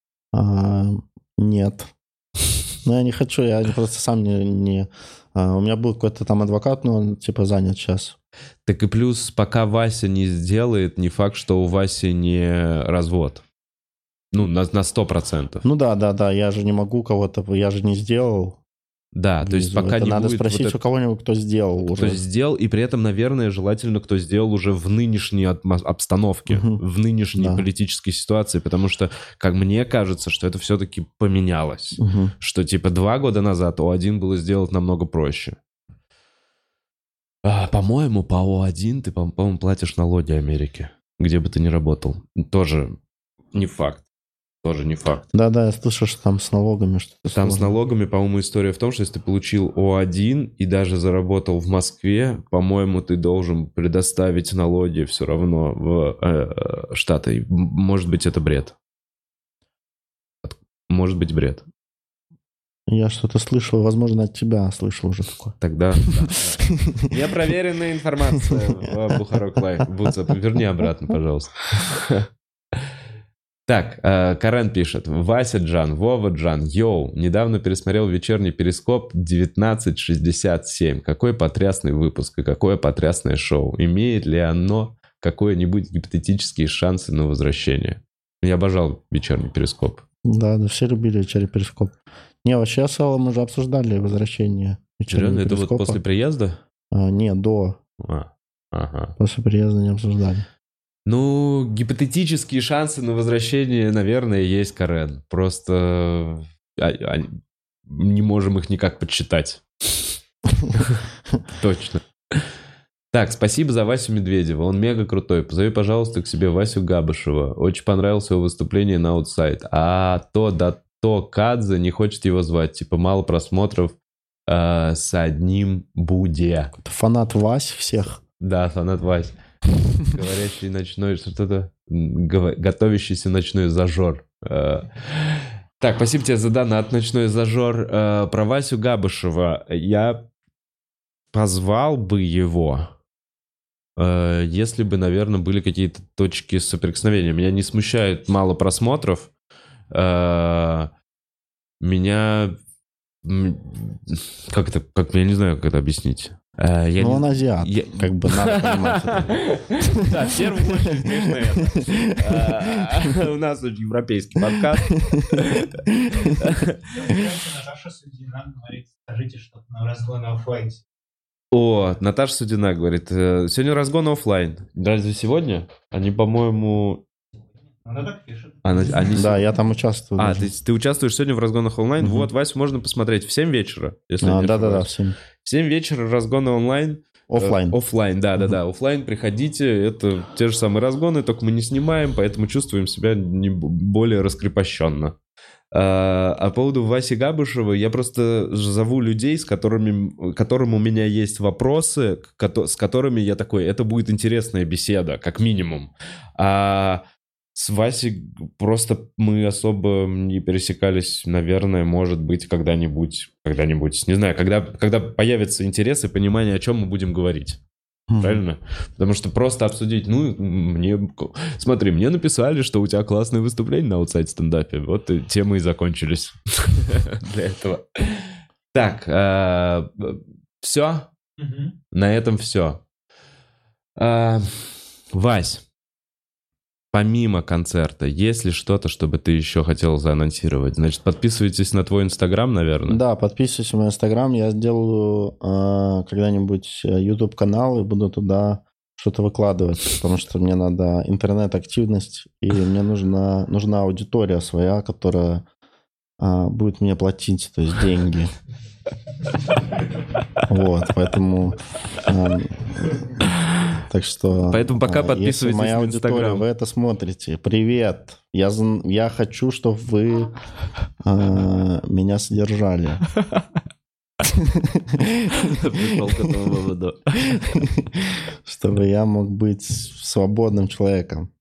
Speaker 2: Нет. Ну, я не хочу, я просто сам не... У меня был какой-то там адвокат, но он типа занят сейчас.
Speaker 1: Так и плюс, пока Вася не сделает, не факт, что у Васи не развод. Ну, на 100%.
Speaker 2: Ну да, я же не могу кого-то, я же не сделал.
Speaker 1: Да, то есть пока
Speaker 2: это
Speaker 1: не
Speaker 2: надо
Speaker 1: будет...
Speaker 2: спросить вот у кого-нибудь, кто сделал уже.
Speaker 1: Кто сделал, и при этом, наверное, желательно, кто сделал уже в нынешней обстановке, в нынешней политической ситуации, потому что, как мне кажется, что это все-таки поменялось. Что типа 2 года назад О1 было сделать намного проще. По-моему, по О1 ты, по-моему, платишь налоги Америке, где бы ты ни работал. Тоже не факт. Тоже не факт.
Speaker 2: Да, я слышал, что там с налогами что-то
Speaker 1: Там
Speaker 2: сложно.
Speaker 1: с налогами, по-моему, история в том, что если ты получил О1 и даже заработал в Москве, по-моему, ты должен предоставить налоги все равно в Штаты. Может быть, это бред. Может быть, бред.
Speaker 2: Я что-то слышал, возможно, от тебя слышал уже такое.
Speaker 1: Тогда... Непроверенная информация в Бухарок Лайф. Верни обратно, пожалуйста. Так, Карен пишет. Вася Джан, Вова Джан, йоу, недавно пересмотрел вечерний перископ 1967. Какой потрясный выпуск и какое потрясное шоу. Имеет ли оно какой-нибудь гипотетические шансы на возвращение? Я обожал вечерний перископ.
Speaker 2: Да, все любили вечерний перископ. Не, вообще с Аллом мы же обсуждали возвращение вечернего перископа.
Speaker 1: Это вот после приезда?
Speaker 2: Нет, до.
Speaker 1: Ага.
Speaker 2: После приезда не обсуждали.
Speaker 1: Ну, гипотетические шансы на возвращение, наверное, есть, Карен. Просто не можем их никак подсчитать. Точно. Так, спасибо за Васю Медведева. Он мега крутой. Позови, пожалуйста, к себе Васю Габышева. Очень понравилось его выступление на Outside. А то Кадзе не хочет его звать. Типа мало просмотров с одним Буде.
Speaker 2: Это фанат Вась всех.
Speaker 1: Да, фанат Вась. Говорящий ночной, что-то готовящийся ночной зажор. Так, спасибо тебе за донат, ночной зажор. Про Васю Габышева. Я позвал бы его, если бы, наверное, были какие-то точки соприкосновения. Меня не смущает мало просмотров. Меня... я не знаю, как это объяснить.
Speaker 2: Он азиат, как бы надо понимать.
Speaker 1: Да, в первую очередь, конечно, это. У нас очень европейский подкаст.
Speaker 3: Хорошо, судьи, нам говорит, скажите что-то на разгон оффлайне.
Speaker 1: О, Наташа Судина говорит, сегодня разгон оффлайн. Разве сегодня? Они, по-моему...
Speaker 3: Она так пишет.
Speaker 2: Да, я там участвую.
Speaker 1: Ты участвуешь сегодня в разгонах онлайн? Вот, Вась, можно посмотреть в 7 вечера, если не ошибаюсь.
Speaker 2: Да, в 7.
Speaker 1: В 7 вечера разгоны онлайн.
Speaker 2: Оффлайн.
Speaker 1: Оффлайн, да. Оффлайн, приходите. Это те же самые разгоны, только мы не снимаем, поэтому чувствуем себя не более раскрепощенно. А по поводу Васи Габышева, я просто зову людей, которым у меня есть вопросы, с которыми я такой, это будет интересная беседа, как минимум. А с Васей просто мы особо не пересекались, наверное, может быть, когда-нибудь. Не знаю, когда появится интерес и понимание, о чем мы будем говорить. Правильно? Потому что просто обсудить, смотри, мне написали, что у тебя классное выступление на аутсайд стендапе. Вот и темы и закончились для этого. Так, все? На этом все. Вась, помимо концерта, есть ли что-то, чтобы ты еще хотел заанонсировать? Значит, подписывайтесь на твой Инстаграм, наверное?
Speaker 2: Да, подписывайтесь на мой Инстаграм. Я сделаю когда-нибудь YouTube-канал и буду туда что-то выкладывать, потому что мне надо интернет-активность, и мне нужна аудитория своя, которая будет мне платить, то есть деньги. Вот, поэтому... Так что...
Speaker 1: Поэтому пока подписывайтесь
Speaker 2: на Инстаграм. Если моя аудитория, вы это смотрите, привет. Я хочу, чтобы вы меня содержали.
Speaker 1: Пришел к этому выводу.
Speaker 2: Чтобы я мог быть свободным человеком.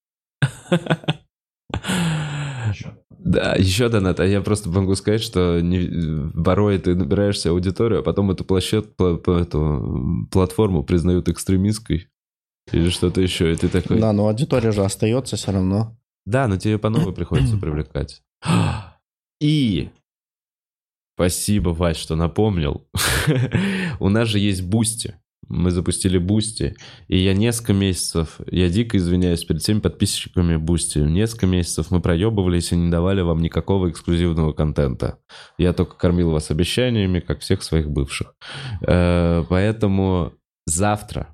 Speaker 1: Да, еще донат. А я просто могу сказать, что порой ты набираешься аудиторию, а потом эту платформу признают экстремистской. Или что-то еще, и ты такой...
Speaker 2: Да, но аудитория же остается все равно.
Speaker 1: Да, но тебе по новой приходится привлекать. И... Спасибо, Вась, что напомнил. У нас же есть Бусти. Мы запустили Бусти. И я несколько месяцев... Я дико извиняюсь перед всеми подписчиками Бусти. Несколько месяцев мы проебывались и не давали вам никакого эксклюзивного контента. Я только кормил вас обещаниями, как всех своих бывших. Поэтому завтра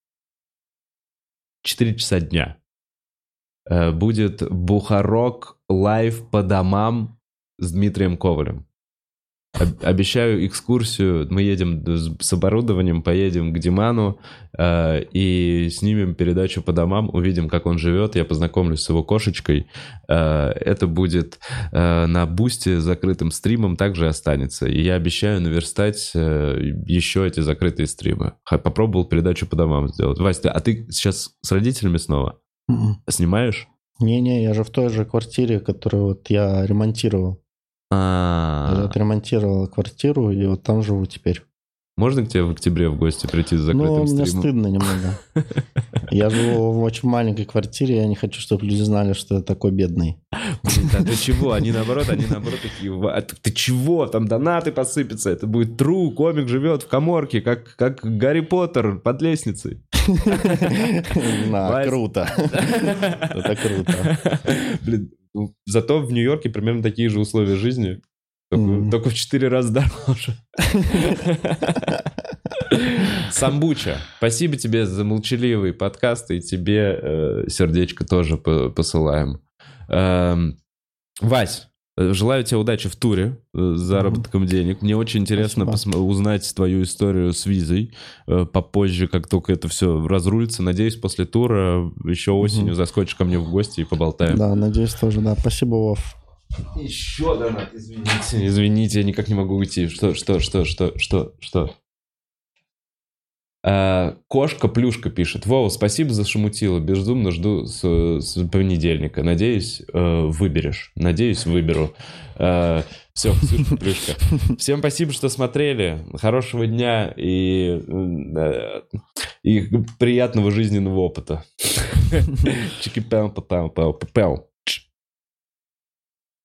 Speaker 1: 4 часа дня будет Бухарок лайв по домам с Дмитрием Ковалем. Обещаю экскурсию. Мы едем с оборудованием, поедем к Диману и снимем передачу по домам, увидим, как он живет. Я познакомлюсь с его кошечкой. Это будет на Бусти закрытым стримом, также останется. И я обещаю наверстать еще эти закрытые стримы. Попробовал передачу по домам сделать. Вась, а ты сейчас с родителями снова? Снимаешь?
Speaker 2: Не-не, я же в той же квартире, которую вот я ремонтировал. Я отремонтировал квартиру, и вот там живу теперь.
Speaker 1: Можно к тебе в октябре в гости прийти с закрытым стримом?
Speaker 2: Мне стыдно немного. Я живу в очень маленькой квартире, я не хочу, чтобы люди знали, что я такой бедный.
Speaker 1: Блин, а ты чего? Они наоборот такие, ты чего? Там донаты посыпятся, это будет true, комик живет в каморке, как Гарри Поттер под лестницей.
Speaker 2: Круто. Это круто.
Speaker 1: Блин, зато в Нью-Йорке примерно такие же условия жизни, только в 4 раза дороже. Самбуча, спасибо тебе за молчаливый подкаст, и тебе сердечко тоже посылаем. Вась, желаю тебе удачи в туре с заработком денег. Мне очень интересно узнать твою историю с визой попозже, как только это все разрулится. Надеюсь, после тура еще осенью заскочишь ко мне в гости и поболтаем.
Speaker 2: Да, надеюсь тоже, да. Спасибо, Вов.
Speaker 1: Еще донат, извините, я никак не могу уйти. Что? Кошка-плюшка пишет. Вова, спасибо за шамутило. Безумно жду с понедельника. Надеюсь, выберешь. Надеюсь, выберу. Все, Ксюша-плюшка. Всем спасибо, что смотрели. Хорошего дня и приятного жизненного опыта. Чики-пау-пау-пау-пау.